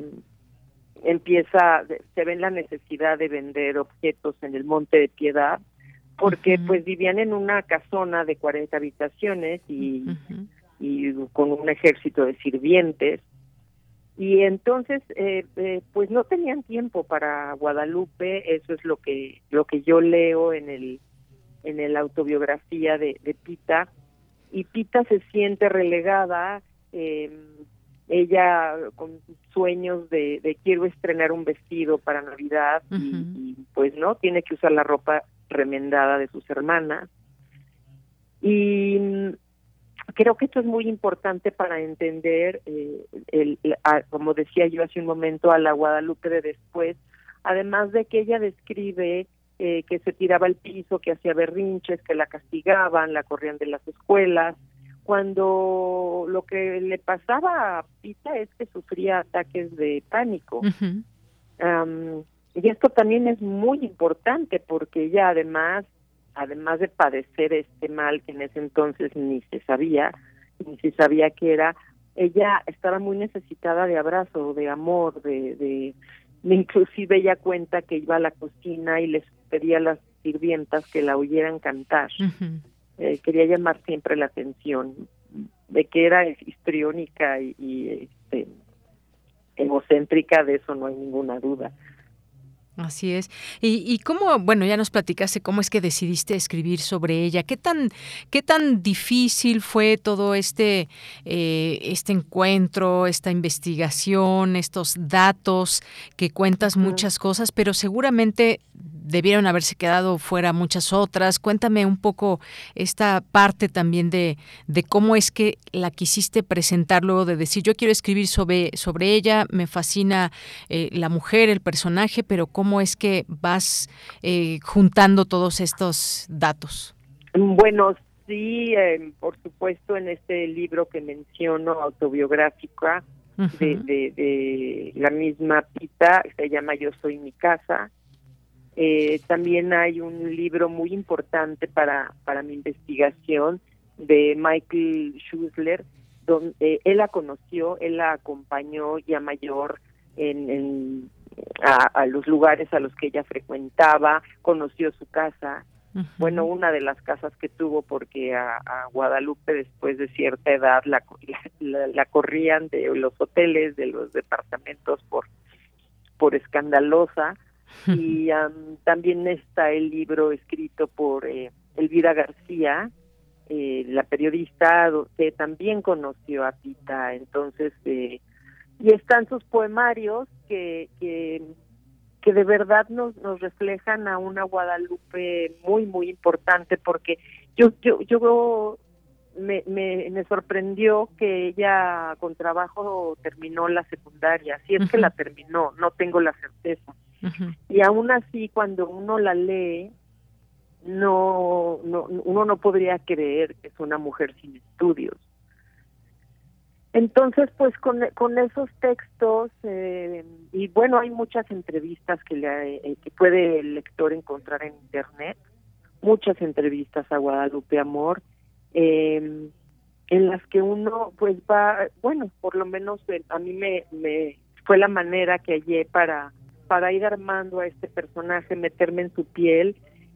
se ve la necesidad de vender objetos en el Monte de Piedad, porque pues vivían en una casona de 40 habitaciones y con un ejército de sirvientes. Y entonces pues no tenían tiempo para Guadalupe. Eso es lo que yo leo en la autobiografía de Pita. Y Pita se siente relegada, ella con sueños de quiero estrenar un vestido para Navidad, y pues no, tiene que usar la ropa remendada de sus hermanas. Y creo que esto es muy importante para entender, como decía yo hace un momento, a la Guadalupe de después, además de que ella describe que se tiraba al piso, que hacía berrinches, que la castigaban, la corrían de las escuelas, cuando lo que le pasaba a Pita es que sufría ataques de pánico. Y esto también es muy importante, porque ella además de padecer este mal que en ese entonces ni se sabía qué era, ella estaba muy necesitada de abrazo, de amor, inclusive ella cuenta que iba a la cocina y les pedía a las sirvientas que la oyeran cantar. Quería llamar siempre la atención, de que era histriónica y egocéntrica, de eso no hay ninguna duda. Así es. Y cómo, bueno, ya nos platicaste cómo es que decidiste escribir sobre ella. ¿Qué tan difícil fue todo este encuentro, esta investigación, estos datos que cuentas muchas cosas, pero seguramente debieron haberse quedado fuera muchas otras? Cuéntame un poco esta parte también de cómo es que la quisiste presentar luego de decir, yo quiero escribir sobre ella, me fascina la mujer, el personaje, pero cómo es que vas juntando todos estos datos. Bueno, sí, por supuesto, en este libro que menciono, autobiográfica, de la misma Pita, se llama Yo soy mi casa. También hay un libro muy importante para mi investigación de Michael Schussler, donde él la conoció, él la acompañó ya mayor a los lugares a los que ella frecuentaba, conoció su casa. Bueno, una de las casas que tuvo, porque a Guadalupe después de cierta edad la corrían de los hoteles, de los departamentos por escandalosa. Y también está el libro escrito por Elvira García, la periodista que también conoció a Pita. Entonces, y están sus poemarios que de verdad nos reflejan a una Guadalupe muy, muy importante, porque yo me sorprendió que ella con trabajo terminó la secundaria, si es que la terminó, no tengo la certeza. Y aún así, cuando uno la lee, uno no podría creer que es una mujer sin estudios. Entonces, pues con esos textos, y bueno, hay muchas entrevistas que puede el lector encontrar en internet, muchas entrevistas a Guadalupe Amor, en las que uno pues va, bueno, por lo menos a mí me fue la manera que hallé para ir armando a este personaje, meterme en su piel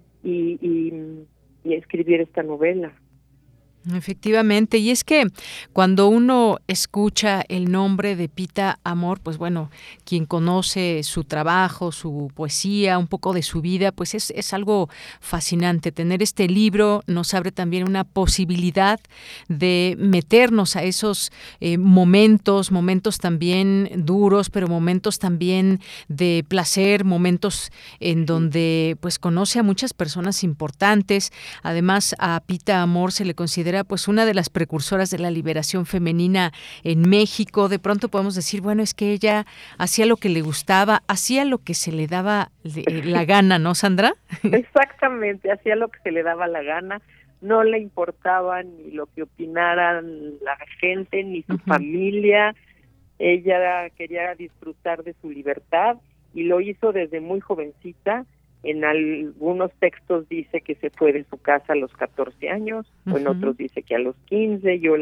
y escribir esta novela. Efectivamente, y es que cuando uno escucha el nombre de Pita Amor, pues bueno, quien conoce su trabajo, su poesía, un poco de su vida, pues es algo fascinante. Tener este libro nos abre también una posibilidad de meternos a esos momentos también duros, pero momentos también de placer, momentos en donde pues conoce a muchas personas importantes. Además, a Pita Amor se le considera pues una de las precursoras de la liberación femenina en México. De pronto podemos decir, bueno, es que ella hacía lo que le gustaba, hacía lo que se le daba la gana, ¿no, Sandra? Exactamente, hacía lo que se le daba la gana, no le importaba ni lo que opinaran la gente, ni su familia. Ella quería disfrutar de su libertad y lo hizo desde muy jovencita. En algunos textos dice que se fue de su casa a los 14 años, o en otros dice que a los 15. Yo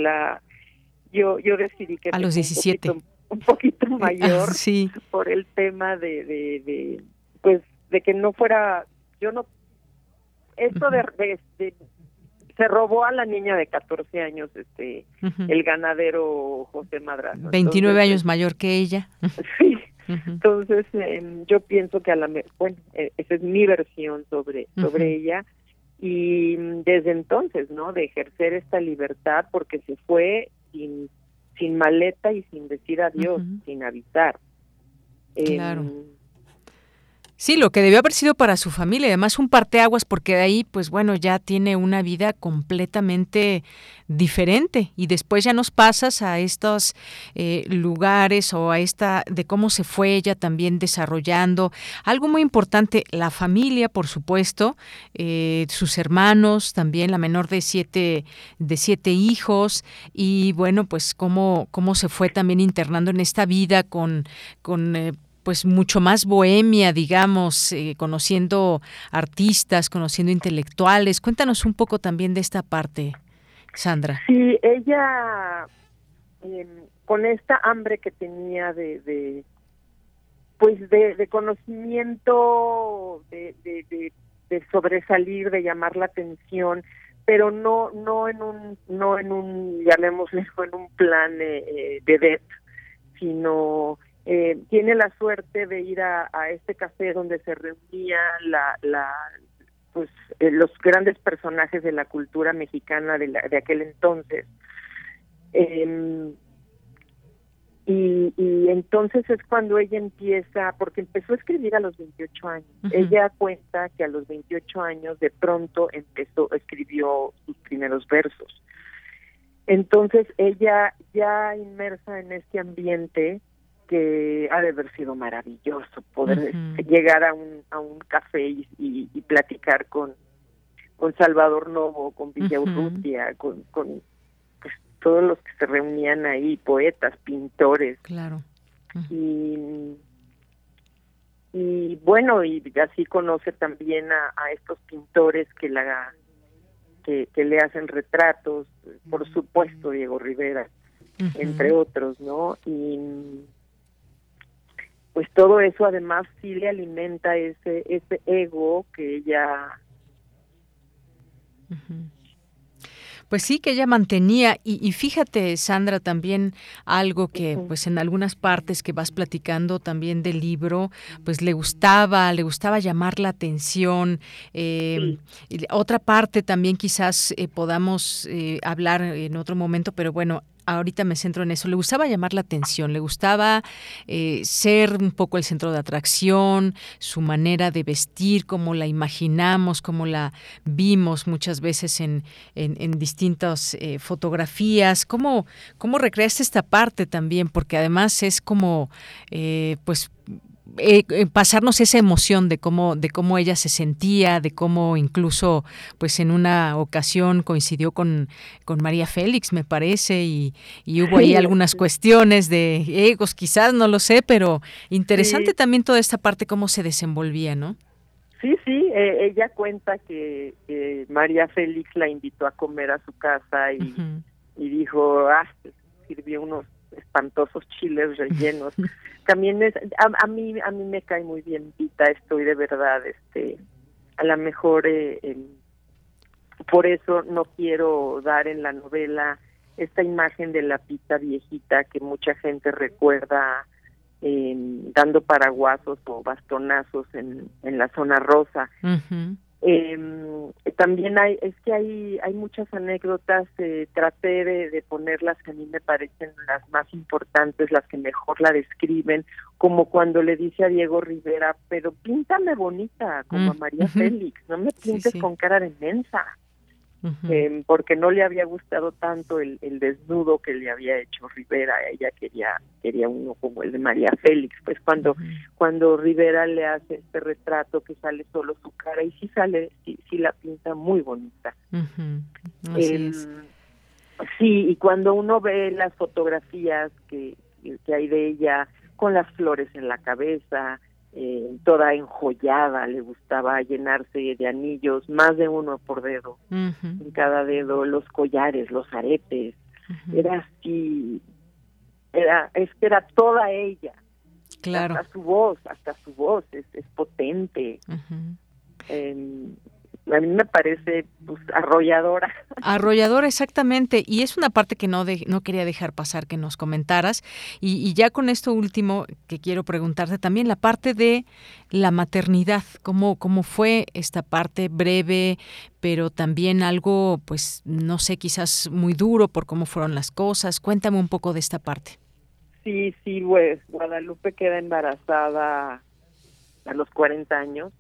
decidí que a los 17. Un poquito mayor, sí, por el tema de que no fuera, yo no, esto se robó a la niña de 14 años, el ganadero José Madrazo. 29 Entonces, años mayor que ella. Sí. Entonces, yo pienso que esa es mi versión sobre ella, y desde entonces, ¿no?, de ejercer esta libertad, porque se fue sin maleta y sin decir adiós, sin avisar. Claro. Sí, lo que debió haber sido para su familia, además un parteaguas, porque de ahí, pues bueno, ya tiene una vida completamente diferente, y después ya nos pasas a estos lugares o a de cómo se fue ella también desarrollando. Algo muy importante, la familia, por supuesto, sus hermanos, también la menor de siete hijos, y bueno, pues cómo se fue también internando en esta vida con pues mucho más bohemia, digamos, conociendo artistas, conociendo intelectuales. Cuéntanos un poco también de esta parte, Sandra. Sí, ella, con esta hambre que tenía de conocimiento, de sobresalir, de llamar la atención, pero no en un llamémosle, en un plan vedette, sino tiene la suerte de ir a este café donde se reunían los grandes personajes de la cultura mexicana de aquel entonces. Y entonces es cuando ella empieza, porque empezó a escribir a los 28 años. Uh-huh. Ella cuenta que a los 28 años de pronto escribió sus primeros versos. Entonces ella, ya inmersa en este ambiente, que ha de haber sido maravilloso poder llegar a un café y platicar con Salvador Novo, con Villaurrutia, con pues, todos los que se reunían ahí, poetas, pintores. Claro. Y bueno, y así conoce también a estos pintores que le hacen retratos, por supuesto Diego Rivera, entre otros, ¿no? Y pues todo eso además sí le alimenta ese ego que ella... Pues sí, que ella mantenía, y fíjate, Sandra, también algo que pues en algunas partes que vas platicando también del libro, pues le gustaba llamar la atención. Y otra parte también quizás podamos hablar en otro momento, pero bueno, ahorita me centro en eso. Le gustaba llamar la atención, le gustaba ser un poco el centro de atracción, su manera de vestir, como la imaginamos, como la vimos muchas veces en distintas fotografías. ¿Cómo recreaste esta parte también? Porque además es como, pasarnos esa emoción de cómo ella se sentía, de cómo incluso pues en una ocasión coincidió con María Félix, me parece, y hubo ahí algunas cuestiones de egos, quizás, no lo sé, pero interesante también toda esta parte, cómo se desenvolvía, ¿no? Sí, ella cuenta que María Félix la invitó a comer a su casa y dijo, sirvió unos espantosos chiles rellenos. También a mí me cae muy bien Pita, estoy de verdad, a lo mejor por eso no quiero dar en la novela esta imagen de la Pita viejita que mucha gente recuerda dando paraguazos o bastonazos en la zona rosa. También hay muchas anécdotas, traté de ponerlas que a mí me parecen las más importantes, las que mejor la describen, como cuando le dice a Diego Rivera, pero píntame bonita, como a María Félix, no me pintes con cara de mensa, porque no le había gustado tanto el desnudo que le había hecho Rivera. Ella quería uno como el de María Félix. Pues cuando Rivera le hace este retrato que sale solo su cara, y sí la pinta muy bonita. Sí, y cuando uno ve las fotografías que hay de ella con las flores en la cabeza, toda enjollada, le gustaba llenarse de anillos, más de uno por dedo, en cada dedo, los collares, los aretes, era así, era toda ella, claro. hasta su voz es potente. A mí me parece arrolladora. Arrolladora, exactamente, y es una parte que no quería dejar pasar que nos comentaras, y ya con esto último que quiero preguntarte también, la parte de la maternidad, cómo fue esta parte breve, pero también algo, pues, no sé, quizás muy duro por cómo fueron las cosas. Cuéntame un poco de esta parte. Sí, pues, Guadalupe queda embarazada a los 40 años.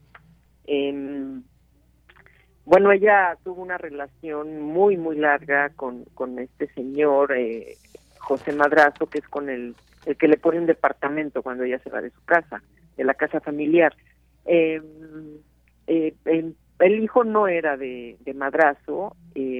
Bueno, ella tuvo una relación muy, muy larga con este señor, José Madrazo, que es con el que le pone un departamento cuando ella se va de su casa, de la casa familiar. El hijo no era de Madrazo,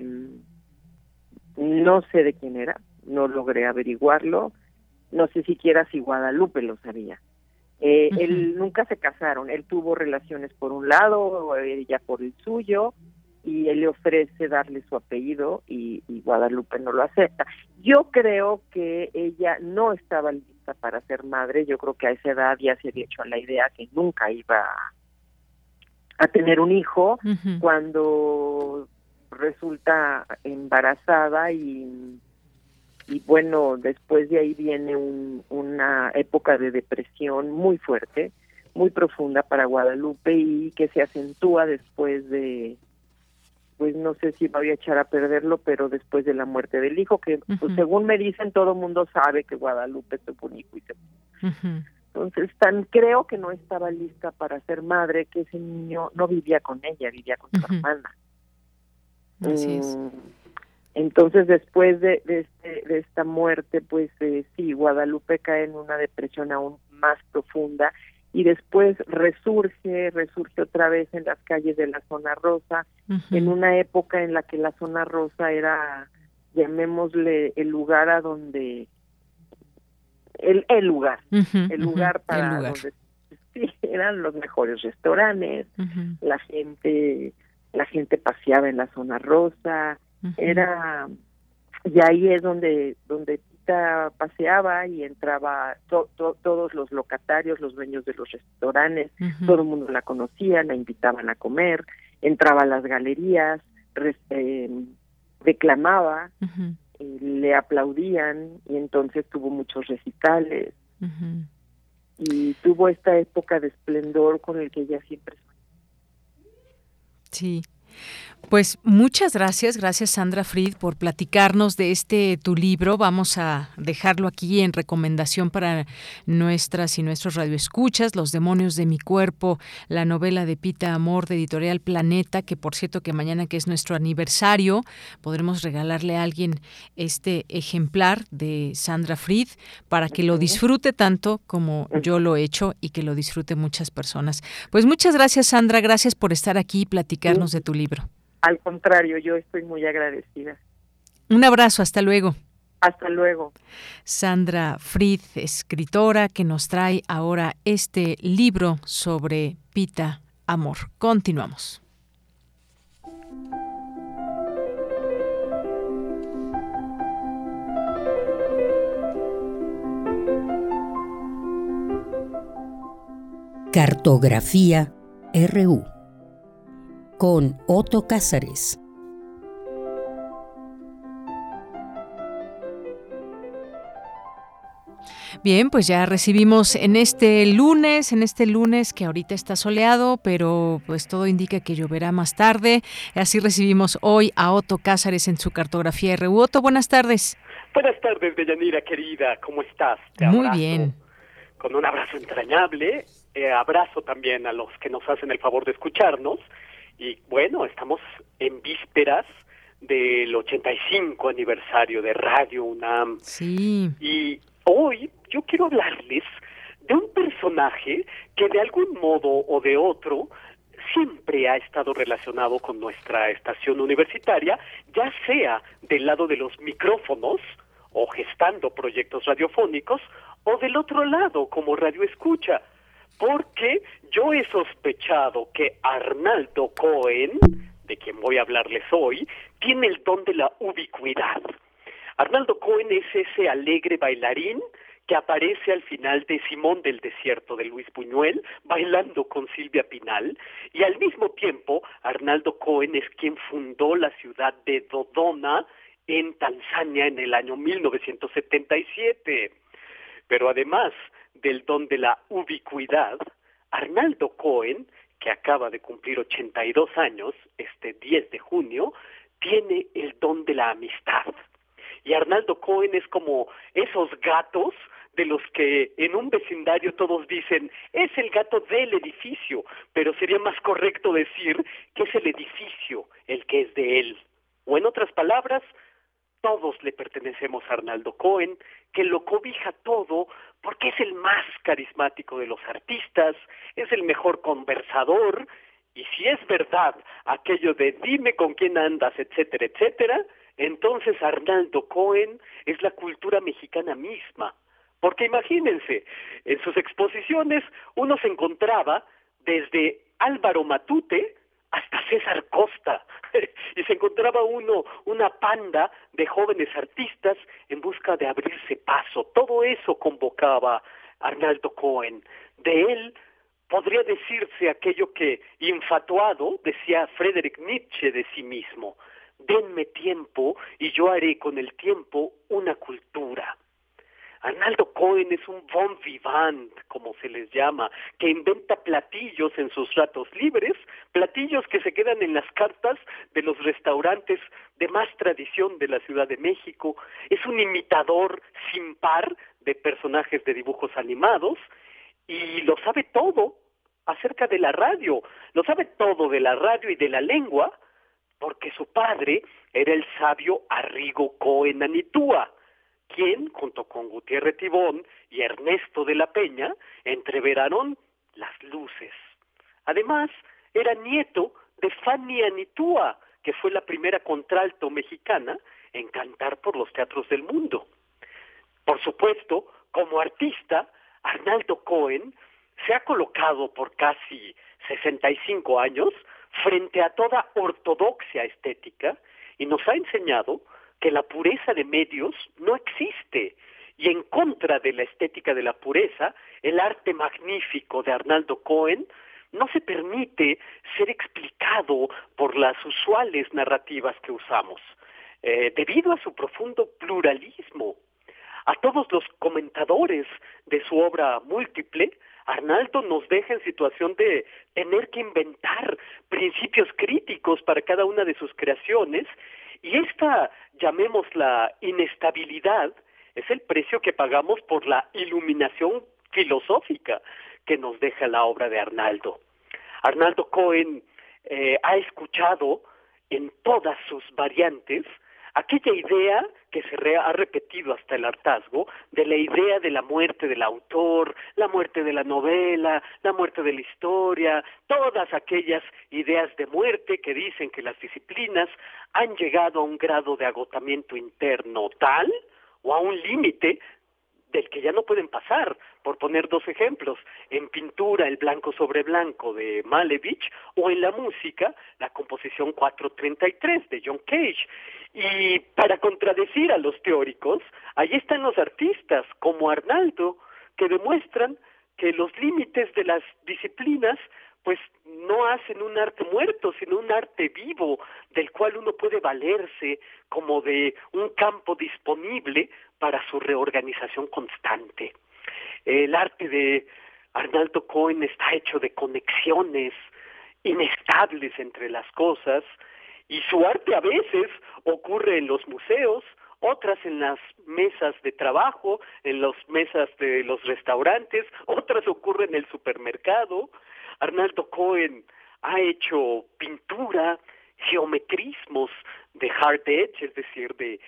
no sé de quién era, no logré averiguarlo, no sé siquiera si Guadalupe lo sabía. Él nunca se casaron, él tuvo relaciones por un lado, ella por el suyo, y él le ofrece darle su apellido y Guadalupe no lo acepta. Yo creo que ella no estaba lista para ser madre, yo creo que a esa edad ya se había hecho la idea que nunca iba a tener un hijo, cuando resulta embarazada y bueno, después de ahí viene una época de depresión muy fuerte, muy profunda para Guadalupe, y que se acentúa después de, pues no sé si voy a echar a perderlo, pero después de la muerte del hijo, que pues, según me dicen, todo el mundo sabe que Guadalupe es un hijo y entonces creo que no estaba lista para ser madre, que ese niño no vivía con ella, vivía con su hermana. Así es. Entonces, después de esta muerte, pues sí, Guadalupe cae en una depresión aún más profunda, y después resurge otra vez en las calles de la Zona Rosa, en una época en la que la Zona Rosa era, llamémosle, el lugar a donde el lugar para donde sí, eran los mejores restaurantes, la gente paseaba en la Zona Rosa, y ahí es donde Pita paseaba y entraba todos los locatarios, los dueños de los restaurantes, todo el mundo la conocía, la invitaban a comer, entraba a las galerías, declamaba, le aplaudían, y entonces tuvo muchos recitales, y tuvo esta época de esplendor con el que ella siempre soñó. Sí. Pues muchas gracias Sandra Fried por platicarnos de tu libro. Vamos a dejarlo aquí en recomendación para nuestras y nuestros radioescuchas, Los demonios de mi cuerpo, la novela de Pita Amor de Editorial Planeta, que por cierto que mañana, que es nuestro aniversario, podremos regalarle a alguien este ejemplar de Sandra Fried para que lo disfrute tanto como yo lo he hecho y que lo disfrute muchas personas. Pues muchas gracias, Sandra, gracias por estar aquí y platicarnos de tu libro. Al contrario, yo estoy muy agradecida. Un abrazo, hasta luego. Hasta luego. Sandra Fried, escritora, que nos trae ahora este libro sobre Pita Amor. Continuamos. Cartografía RU con Otto Cázares. Bien, pues ya recibimos en este lunes que ahorita está soleado, pero pues todo indica que lloverá más tarde. Así recibimos hoy a Otto Cázares en su Cartografía RU. Otto, buenas tardes. Buenas tardes, Deyanira, querida. ¿Cómo estás? Te Muy abrazo bien. Con un abrazo entrañable. Abrazo también a los que nos hacen el favor de escucharnos. Y bueno, estamos en vísperas del 85 aniversario de Radio UNAM. Sí. Y hoy yo quiero hablarles de un personaje que de algún modo o de otro siempre ha estado relacionado con nuestra estación universitaria, ya sea del lado de los micrófonos o gestando proyectos radiofónicos, o del otro lado como radioescucha. Porque yo he sospechado que Arnaldo Cohen, de quien voy a hablarles hoy, tiene el don de la ubicuidad. Arnaldo Cohen es ese alegre bailarín que aparece al final de Simón del Desierto de Luis Buñuel, bailando con Silvia Pinal, y al mismo tiempo Arnaldo Cohen es quien fundó la ciudad de Dodona en Tanzania en el año 1977. Pero además del don de la ubicuidad, Arnaldo Cohen, que acaba de cumplir 82 años, este 10 de junio, tiene el don de la amistad. Y Arnaldo Cohen es como esos gatos de los que en un vecindario todos dicen, es el gato del edificio, pero sería más correcto decir que es el edificio el que es de él. O en otras palabras, todos le pertenecemos a Arnaldo Cohen, que lo cobija todo porque es el más carismático de los artistas, es el mejor conversador, y si es verdad aquello de dime con quién andas, etcétera, etcétera, entonces Arnaldo Cohen es la cultura mexicana misma. Porque imagínense, en sus exposiciones uno se encontraba desde Álvaro Matute hasta César Costa, y se encontraba una panda de jóvenes artistas en busca de abrirse paso. Todo eso convocaba Arnaldo Cohen. De él podría decirse aquello que, infatuado, decía Friedrich Nietzsche de sí mismo: denme tiempo y yo haré con el tiempo una cultura. Arnaldo Cohen es un bon vivant, como se les llama, que inventa platillos en sus ratos libres, platillos que se quedan en las cartas de los restaurantes de más tradición de la Ciudad de México. Es un imitador sin par de personajes de dibujos animados y lo sabe todo acerca de la radio, lo sabe todo de la radio y de la lengua, porque su padre era el sabio Arrigo Cohen Anitúa, quien, junto con Gutiérrez Tibón y Ernesto de la Peña, entreveraron las luces. Además, era nieto de Fanny Anitúa, que fue la primera contralto mexicana en cantar por los teatros del mundo. Por supuesto, como artista, Arnaldo Cohen se ha colocado por casi 65 años frente a toda ortodoxia estética y nos ha enseñado que la pureza de medios no existe, y en contra de la estética de la pureza, el arte magnífico de Arnaldo Cohen no se permite ser explicado por las usuales narrativas que usamos, debido a su profundo pluralismo. A todos los comentadores de su obra múltiple, Arnaldo nos deja en situación de tener que inventar principios críticos para cada una de sus creaciones, y esta, llamémosla inestabilidad, es el precio que pagamos por la iluminación filosófica que nos deja la obra de Arnaldo. Arnaldo Cohen ha escuchado en todas sus variantes aquella idea que se ha repetido hasta el hartazgo, de la idea de la muerte del autor, la muerte de la novela, la muerte de la historia, todas aquellas ideas de muerte que dicen que las disciplinas han llegado a un grado de agotamiento interno tal o a un límite del que ya no pueden pasar. Por poner dos ejemplos, en pintura el blanco sobre blanco de Malevich, o en la música la composición 433 de John Cage. Y para contradecir a los teóricos, ahí están los artistas como Arnaldo, que demuestran que los límites de las disciplinas pues no hacen un arte muerto, sino un arte vivo, del cual uno puede valerse como de un campo disponible para su reorganización constante. El arte de Arnaldo Cohen está hecho de conexiones inestables entre las cosas, y su arte a veces ocurre en los museos, otras en las mesas de trabajo, en las mesas de los restaurantes, otras ocurren en el supermercado. Arnaldo Cohen ha hecho pintura, geometrismos de hard edge, es decir, de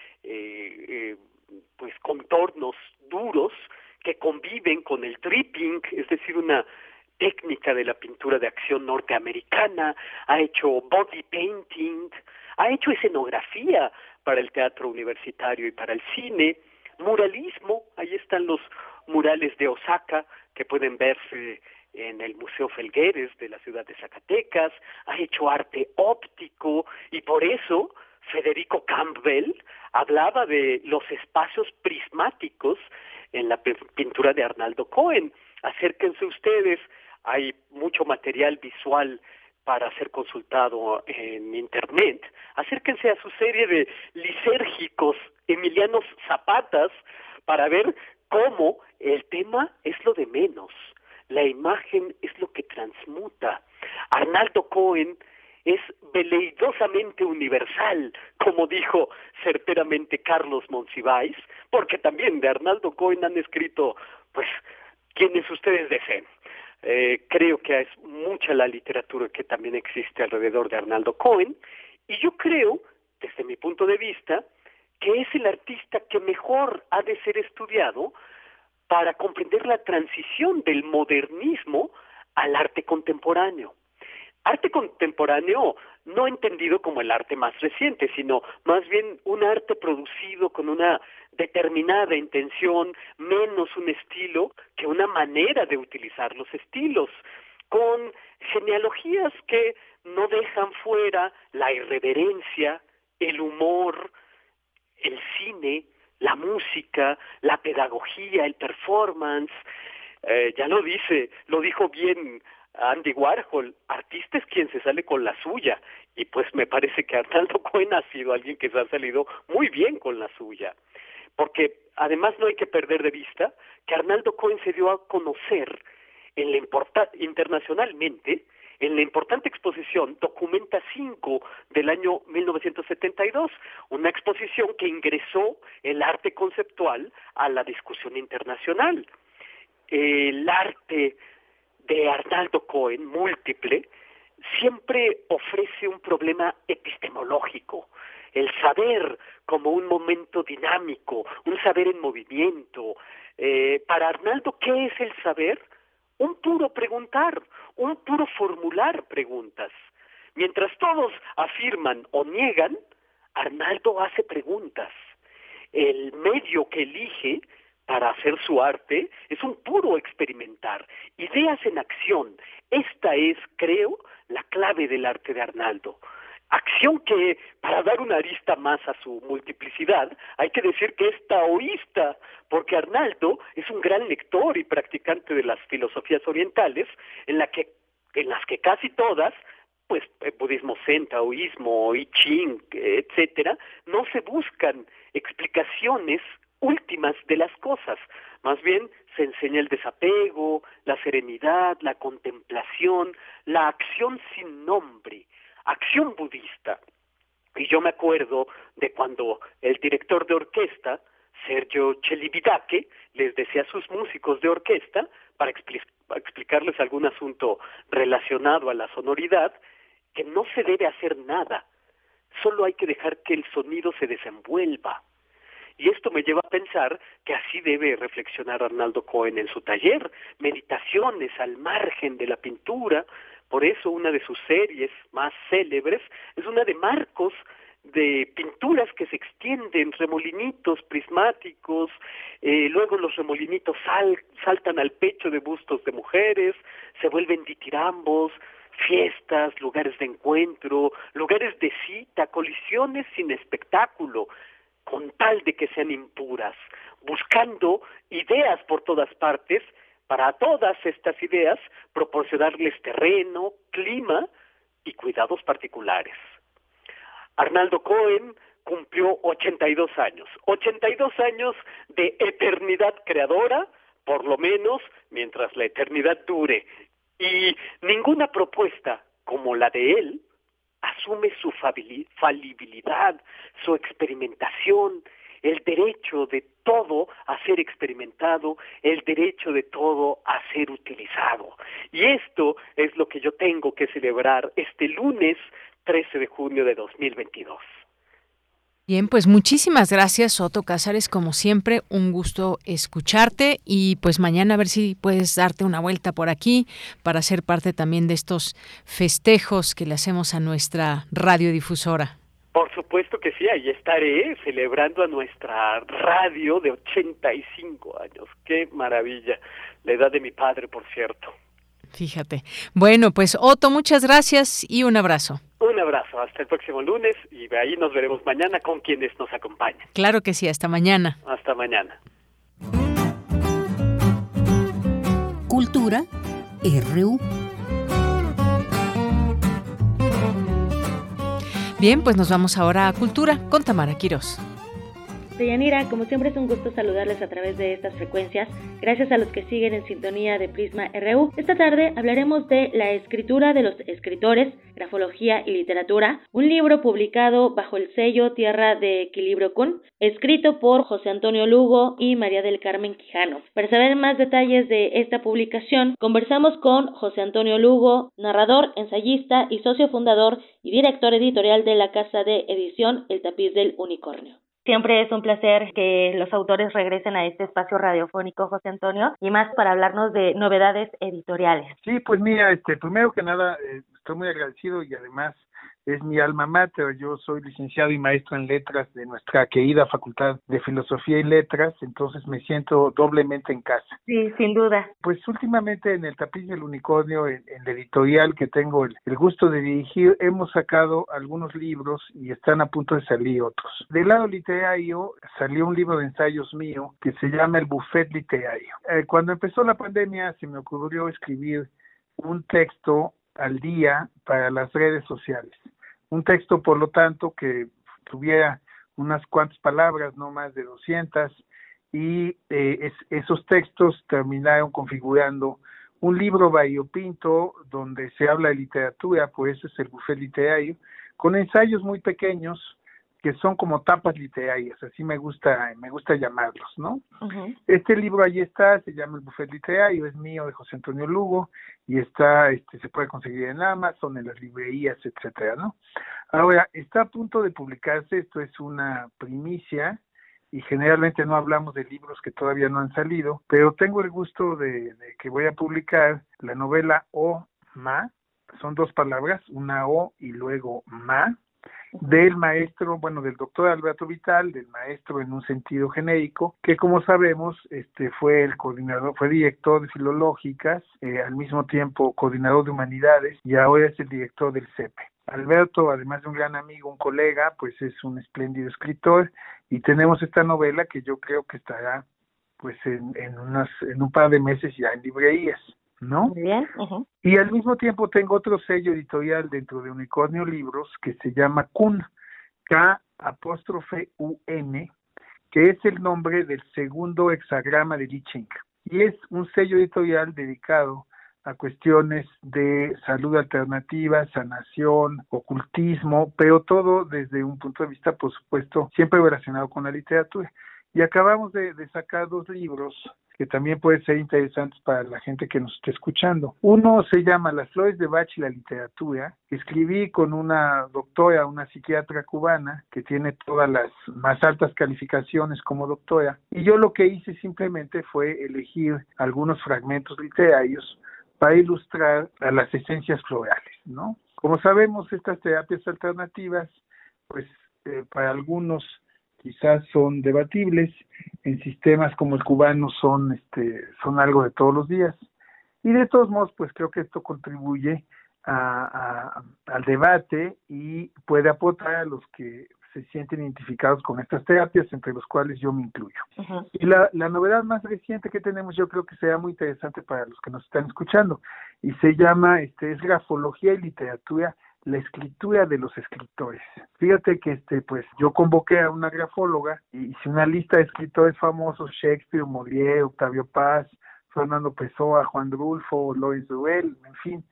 pues contornos duros que conviven con el dripping, es decir, una técnica de la pintura de acción norteamericana. Ha hecho body painting, ha hecho escenografía para el teatro universitario y para el cine, muralismo, ahí están los murales de Osaka que pueden verse en el Museo Felgueres de la ciudad de Zacatecas. Ha hecho arte óptico, y por eso Federico Campbell hablaba de los espacios prismáticos en la pintura de Arnaldo Cohen. Acérquense ustedes, hay mucho material visual para ser consultado en internet. Acérquense a su serie de lisérgicos Emilianos Zapatas para ver cómo el tema es lo de menos. La imagen es lo que transmuta. Arnaldo Cohen es veleidosamente universal, como dijo certeramente Carlos Monsiváis, porque también de Arnaldo Cohen han escrito, pues, quienes ustedes deseen. Creo que es mucha la literatura que también existe alrededor de Arnaldo Cohen, y yo creo, desde mi punto de vista, que es el artista que mejor ha de ser estudiado para comprender la transición del modernismo al arte contemporáneo. Arte contemporáneo no entendido como el arte más reciente, sino más bien un arte producido con una determinada intención, menos un estilo que una manera de utilizar los estilos, con genealogías que no dejan fuera la irreverencia, el humor, el cine, la música, la pedagogía, el performance. Ya lo dijo bien Andy Warhol, artista es quien se sale con la suya, y pues me parece que Arnaldo Cohen ha sido alguien que se ha salido muy bien con la suya, porque además no hay que perder de vista que Arnaldo Cohen se dio a conocer internacionalmente en la importante exposición Documenta 5 del año 1972, una exposición que ingresó el arte conceptual a la discusión internacional. El arte de Arnaldo Cohen, múltiple, siempre ofrece un problema epistemológico, el saber como un momento dinámico, un saber en movimiento. Para Arnaldo, ¿qué es el saber? Un puro preguntar, un puro formular preguntas. Mientras todos afirman o niegan, Arnaldo hace preguntas. El medio que elige para hacer su arte es un puro experimentar, ideas en acción. Esta es, creo, la clave del arte de Arnaldo. Acción que, para dar una arista más a su multiplicidad, hay que decir que es taoísta, porque Arnaldo es un gran lector y practicante de las filosofías orientales, en las que casi todas, pues budismo zen, taoísmo, I Ching, etcétera, no se buscan explicaciones últimas de las cosas, más bien se enseña el desapego, la serenidad, la contemplación, la acción sin nombre, acción budista. Y yo me acuerdo de cuando el director de orquesta, Sergio Celibidache, les decía a sus músicos de orquesta, para explicarles algún asunto relacionado a la sonoridad, que no se debe hacer nada, solo hay que dejar que el sonido se desenvuelva. Y esto me lleva a pensar que así debe reflexionar Arnaldo Cohen en su taller, meditaciones al margen de la pintura. Por eso una de sus series más célebres es una de marcos de pinturas que se extienden, remolinitos prismáticos, luego los remolinitos saltan al pecho de bustos de mujeres, se vuelven ditirambos, fiestas, lugares de encuentro, lugares de cita, colisiones sin espectáculo, con tal de que sean impuras, buscando ideas por todas partes, para a todas estas ideas proporcionarles terreno, clima y cuidados particulares. Arnaldo Cohen cumplió 82 años de eternidad creadora, por lo menos mientras la eternidad dure, y ninguna propuesta como la de él asume su falibilidad, su experimentación, el derecho de todo a ser experimentado, el derecho de todo a ser utilizado. Y esto es lo que yo tengo que celebrar este lunes 13 de junio de 2022. Bien, pues muchísimas gracias, Otto Cázares, como siempre, un gusto escucharte y pues mañana a ver si puedes darte una vuelta por aquí para ser parte también de estos festejos que le hacemos a nuestra radiodifusora. Por supuesto que sí, ahí estaré celebrando a nuestra radio de 85 años. ¡Qué maravilla! La edad de mi padre, por cierto. Fíjate. Bueno, pues Otto, muchas gracias y un abrazo. Un abrazo, hasta el próximo lunes y ahí nos veremos mañana con quienes nos acompañan. Claro que sí, hasta mañana. Hasta mañana. Cultura RU. Bien, pues nos vamos ahora a Cultura con Tamara Quirós. Deyanira, como siempre es un gusto saludarles a través de estas frecuencias, gracias a los que siguen en sintonía de Prisma RU. Esta tarde hablaremos de La escritura de los escritores, grafología y literatura, un libro publicado bajo el sello Tierra de Equilibrio Kun, escrito por José Antonio Lugo y María del Carmen Quijano. Para saber más detalles de esta publicación, conversamos con José Antonio Lugo, narrador, ensayista y socio fundador y director editorial de la casa de edición El Tapiz del Unicornio. Siempre es un placer que los autores regresen a este espacio radiofónico, José Antonio, y más para hablarnos de novedades editoriales. Sí, pues mira, primero que nada, estoy muy agradecido y además es mi alma mater. Yo soy licenciado y maestro en letras de nuestra querida Facultad de Filosofía y Letras, entonces me siento doblemente en casa. Sí, sin duda. Pues últimamente en El Tapiz del Unicornio, en la editorial que tengo el gusto de dirigir, hemos sacado algunos libros y están a punto de salir otros. Del lado literario salió un libro de ensayos mío que se llama El Buffet Literario. Cuando empezó la pandemia se me ocurrió escribir un texto al día para las redes sociales. Un texto, por lo tanto, que tuviera unas cuantas palabras, no más de 200, y esos textos terminaron configurando un libro variopinto donde se habla de literatura, pues ese es el buffet literario, con ensayos muy pequeños que son como tapas literarias, así me gusta llamarlos, ¿no? Uh-huh. Este libro ahí está, se llama El Buffet Literario, es mío, de José Antonio Lugo, y está, se puede conseguir en Amazon, en las librerías, etcétera, ¿no? Ahora, está a punto de publicarse, esto es una primicia, y generalmente no hablamos de libros que todavía no han salido, pero tengo el gusto de que voy a publicar la novela O Ma, son 2 palabras, una O y luego Ma, del maestro, del doctor Alberto Vital, del maestro en un sentido genérico, que como sabemos fue el coordinador, fue director de Filológicas, al mismo tiempo coordinador de Humanidades, y ahora es el director del CEPE. Alberto, además de un gran amigo, un colega, pues es un espléndido escritor, y tenemos esta novela que yo creo que estará pues en un par de meses ya en librerías, ¿no? Muy bien. Uh-huh. Y al mismo tiempo tengo otro sello editorial dentro de Unicornio Libros que se llama KUN, K''UN, que es el nombre del segundo hexagrama de I Ching. Y es un sello editorial dedicado a cuestiones de salud alternativa, sanación, ocultismo, pero todo desde un punto de vista, por supuesto, siempre relacionado con la literatura. Y acabamos de sacar 2 libros que también pueden ser interesantes para la gente que nos esté escuchando. Uno se llama Las flores de Bach y la literatura, que escribí con una doctora, una psiquiatra cubana, que tiene todas las más altas calificaciones como doctora, y yo lo que hice simplemente fue elegir algunos fragmentos literarios para ilustrar a las esencias florales, ¿no? Como sabemos, estas terapias alternativas, pues para algunos quizás son debatibles, en sistemas como el cubano son algo de todos los días, y de todos modos pues creo que esto contribuye al debate y puede aportar a los que se sienten identificados con estas terapias, entre los cuales yo me incluyo. Uh-huh. Y la novedad más reciente que tenemos, yo creo que será muy interesante para los que nos están escuchando, y se llama, es Grafología y Literatura, la escritura de los escritores. Fíjate que pues yo convoqué a una grafóloga y hice una lista de escritores famosos: Shakespeare, Molière, Octavio Paz, Fernando Pessoa, Juan Rulfo, Lorenz Duell, en fin,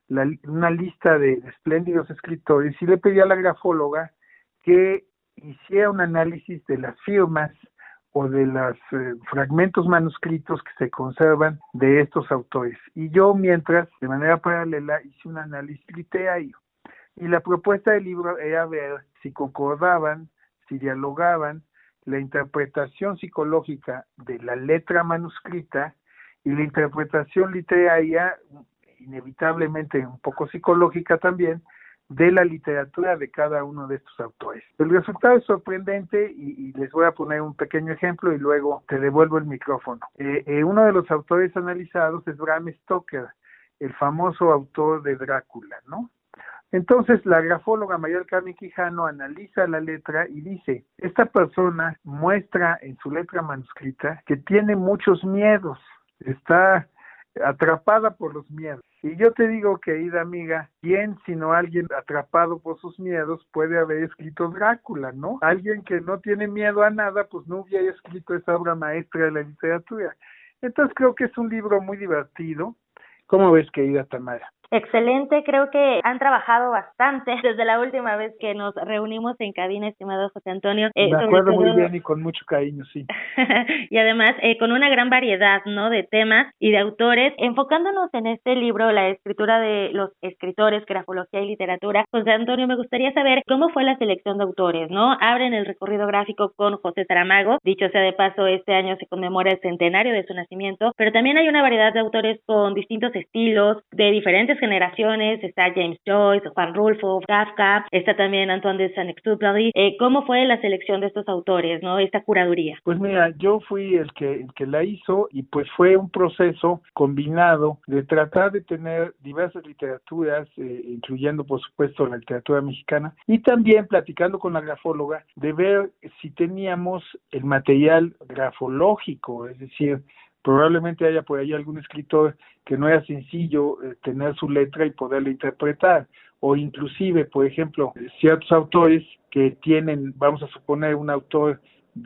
una lista de espléndidos escritores, y le pedí a la grafóloga que hiciera un análisis de las firmas o de los fragmentos manuscritos que se conservan de estos autores. Y yo, mientras, de manera paralela, hice un análisis literario. Y la propuesta del libro era ver si concordaban, si dialogaban la interpretación psicológica de la letra manuscrita y la interpretación literaria, inevitablemente un poco psicológica también, de la literatura de cada uno de estos autores. El resultado es sorprendente y les voy a poner un pequeño ejemplo y luego te devuelvo el micrófono. Uno de los autores analizados es Bram Stoker, el famoso autor de Drácula, ¿no? Entonces, la grafóloga María Carmen Quijano analiza la letra y dice: esta persona muestra en su letra manuscrita que tiene muchos miedos, está atrapada por los miedos. Y yo te digo, querida amiga, ¿quién sino alguien atrapado por sus miedos puede haber escrito Drácula, no? Alguien que no tiene miedo a nada, pues no hubiera escrito esa obra maestra de la literatura. Entonces creo que es un libro muy divertido. ¿Cómo ves, querida Tamara? Excelente, creo que han trabajado bastante desde la última vez que nos reunimos en cabina, estimado José Antonio. Me acuerdo muy bien y con mucho cariño, sí. Y además con una gran variedad, ¿no?, de temas y de autores. Enfocándonos en este libro, la escritura de los escritores, grafología y literatura, José Antonio, me gustaría saber cómo fue la selección de autores, ¿no? Abren el recorrido gráfico con José Saramago. Dicho sea de paso, este año se conmemora el centenario de su nacimiento, pero también hay una variedad de autores con distintos estilos, de diferentes generaciones. Está James Joyce, Juan Rulfo, Kafka, está también Antoine de Saint-Exupéry. ¿Cómo fue la selección de estos autores, no, esta curaduría? Pues mira, yo fui el que la hizo, y pues fue un proceso combinado de tratar de tener diversas literaturas, incluyendo por supuesto la literatura mexicana, y también platicando con la grafóloga de ver si teníamos el material grafológico, es decir, probablemente haya por ahí algún escritor que no era sencillo tener su letra y poderla interpretar, o inclusive, por ejemplo, ciertos autores que tienen, vamos a suponer, un autor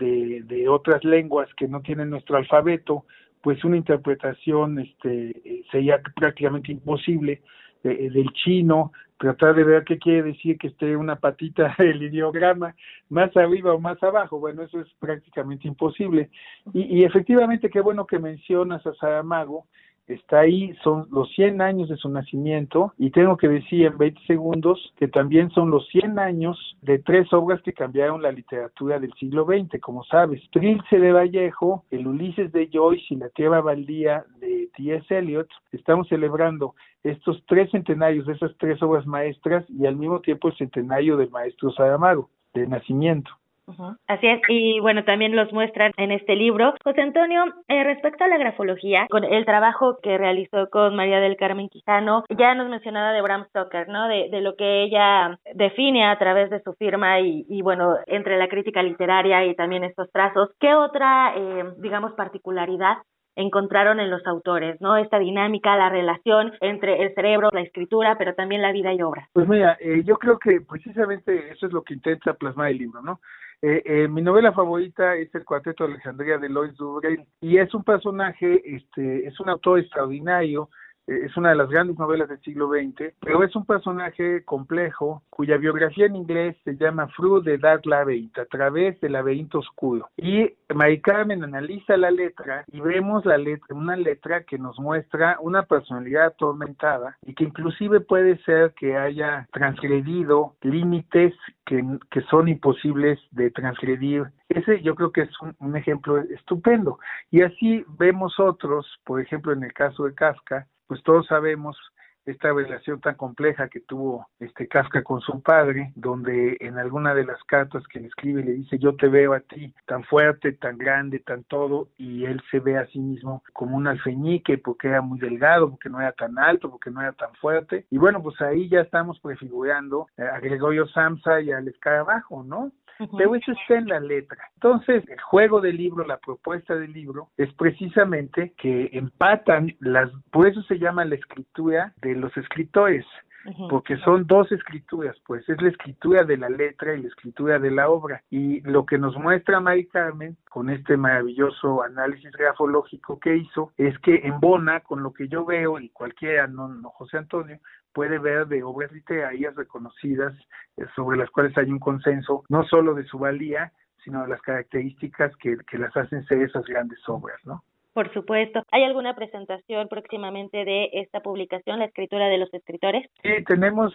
de otras lenguas que no tienen nuestro alfabeto, pues una interpretación sería prácticamente imposible. Del chino, tratar de ver qué quiere decir que esté una patita del ideograma más arriba o más abajo. Bueno, eso es prácticamente imposible. Y efectivamente, qué bueno que mencionas a Saramago. Está ahí, son los 100 años de su nacimiento, y tengo que decir en 20 segundos que también son los 100 años de 3 obras que cambiaron la literatura del siglo XX, como sabes. Trilce de Vallejo, el Ulises de Joyce y la Tierra Baldía de T.S. Eliot. Estamos celebrando estos 3 centenarios de esas 3 obras maestras y al mismo tiempo el centenario del maestro Saramago, de nacimiento. Así es, y bueno, también los muestran en este libro. José Antonio, respecto a la grafología, con el trabajo que realizó con María del Carmen Quijano, ya nos mencionaba de Bram Stoker, ¿no? De lo que ella define a través de su firma y bueno, entre la crítica literaria y también estos trazos. ¿Qué otra, digamos, particularidad encontraron en los autores, ¿no? Esta dinámica, la relación entre el cerebro, la escritura, pero también la vida y obra. Pues mira, yo creo que precisamente eso es lo que intenta plasmar el libro, ¿no? Mi novela favorita es El Cuarteto de Alejandría de Lois Dubreuil, y es un personaje, es un autor extraordinario, es una de las grandes novelas del siglo XX, pero es un personaje complejo, cuya biografía en inglés se llama Through the Dark Labyrinth, a través del laberinto oscuro. Y Mari Carmen analiza la letra y vemos una letra que nos muestra una personalidad atormentada y que inclusive puede ser que haya transgredido límites que son imposibles de transgredir. Ese yo creo que es un ejemplo estupendo. Y así vemos otros, por ejemplo en el caso de Kafka, pues todos sabemos esta relación tan compleja que tuvo Kafka con su padre, donde en alguna de las cartas que le escribe le dice: yo te veo a ti tan fuerte, tan grande, tan todo, y él se ve a sí mismo como un alfeñique porque era muy delgado, porque no era tan alto, porque no era tan fuerte. Y bueno, pues ahí ya estamos prefigurando a Gregorio Samsa y al escarabajo, ¿no? Pero eso está en la letra. Entonces, el juego del libro, la propuesta del libro, es precisamente que empatan por eso se llama la escritura de los escritores, porque son 2 escrituras, pues es la escritura de la letra y la escritura de la obra. Y lo que nos muestra Mari Carmen, con este maravilloso análisis grafológico que hizo, es que embona con lo que yo veo, y cualquiera, no José Antonio, puede ver de obras literarias reconocidas sobre las cuales hay un consenso, no solo de su valía, sino de las características que las hacen ser esas grandes obras, ¿no? Por supuesto. ¿Hay alguna presentación próximamente de esta publicación, La escritura de los escritores? Sí, tenemos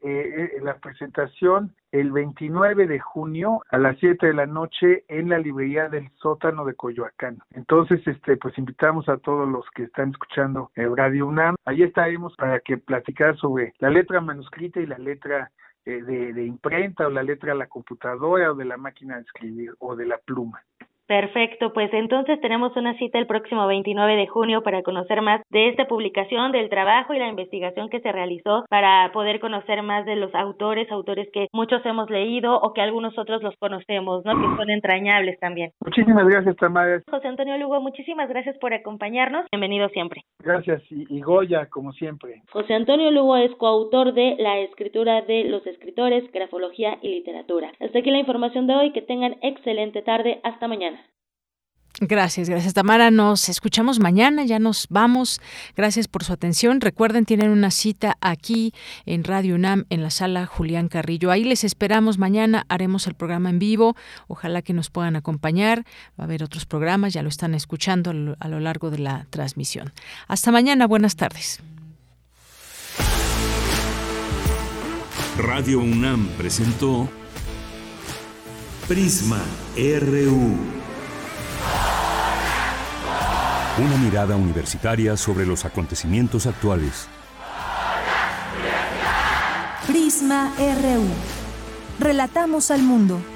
la presentación el 29 de junio a las 7 de la noche en la librería del Sótano de Coyoacán. Entonces, pues invitamos a todos los que están escuchando Radio UNAM. Allí estaremos para que platicar sobre la letra manuscrita y la letra de imprenta, o la letra a la computadora, o de la máquina de escribir, o de la pluma. Perfecto, pues entonces tenemos una cita el próximo 29 de junio para conocer más de esta publicación, del trabajo y la investigación que se realizó, para poder conocer más de los autores que muchos hemos leído o que algunos otros los conocemos, ¿no? Que son entrañables también. Muchísimas gracias, Tamara. José Antonio Lugo, muchísimas gracias por acompañarnos. Bienvenido siempre. Gracias, y Goya, como siempre. José Antonio Lugo es coautor de La escritura de los escritores, grafología y literatura. Hasta aquí la información de hoy. Que tengan excelente tarde. Hasta mañana. Gracias Tamara, nos escuchamos mañana, ya nos vamos, gracias por su atención. Recuerden, tienen una cita aquí en Radio UNAM en la sala Julián Carrillo, ahí les esperamos mañana, haremos el programa en vivo, ojalá que nos puedan acompañar, va a haber otros programas, ya lo están escuchando a lo largo de la transmisión. Hasta mañana, buenas tardes. Radio UNAM presentó Prisma RU. Una mirada universitaria sobre los acontecimientos actuales. Prisma RU. Relatamos al mundo.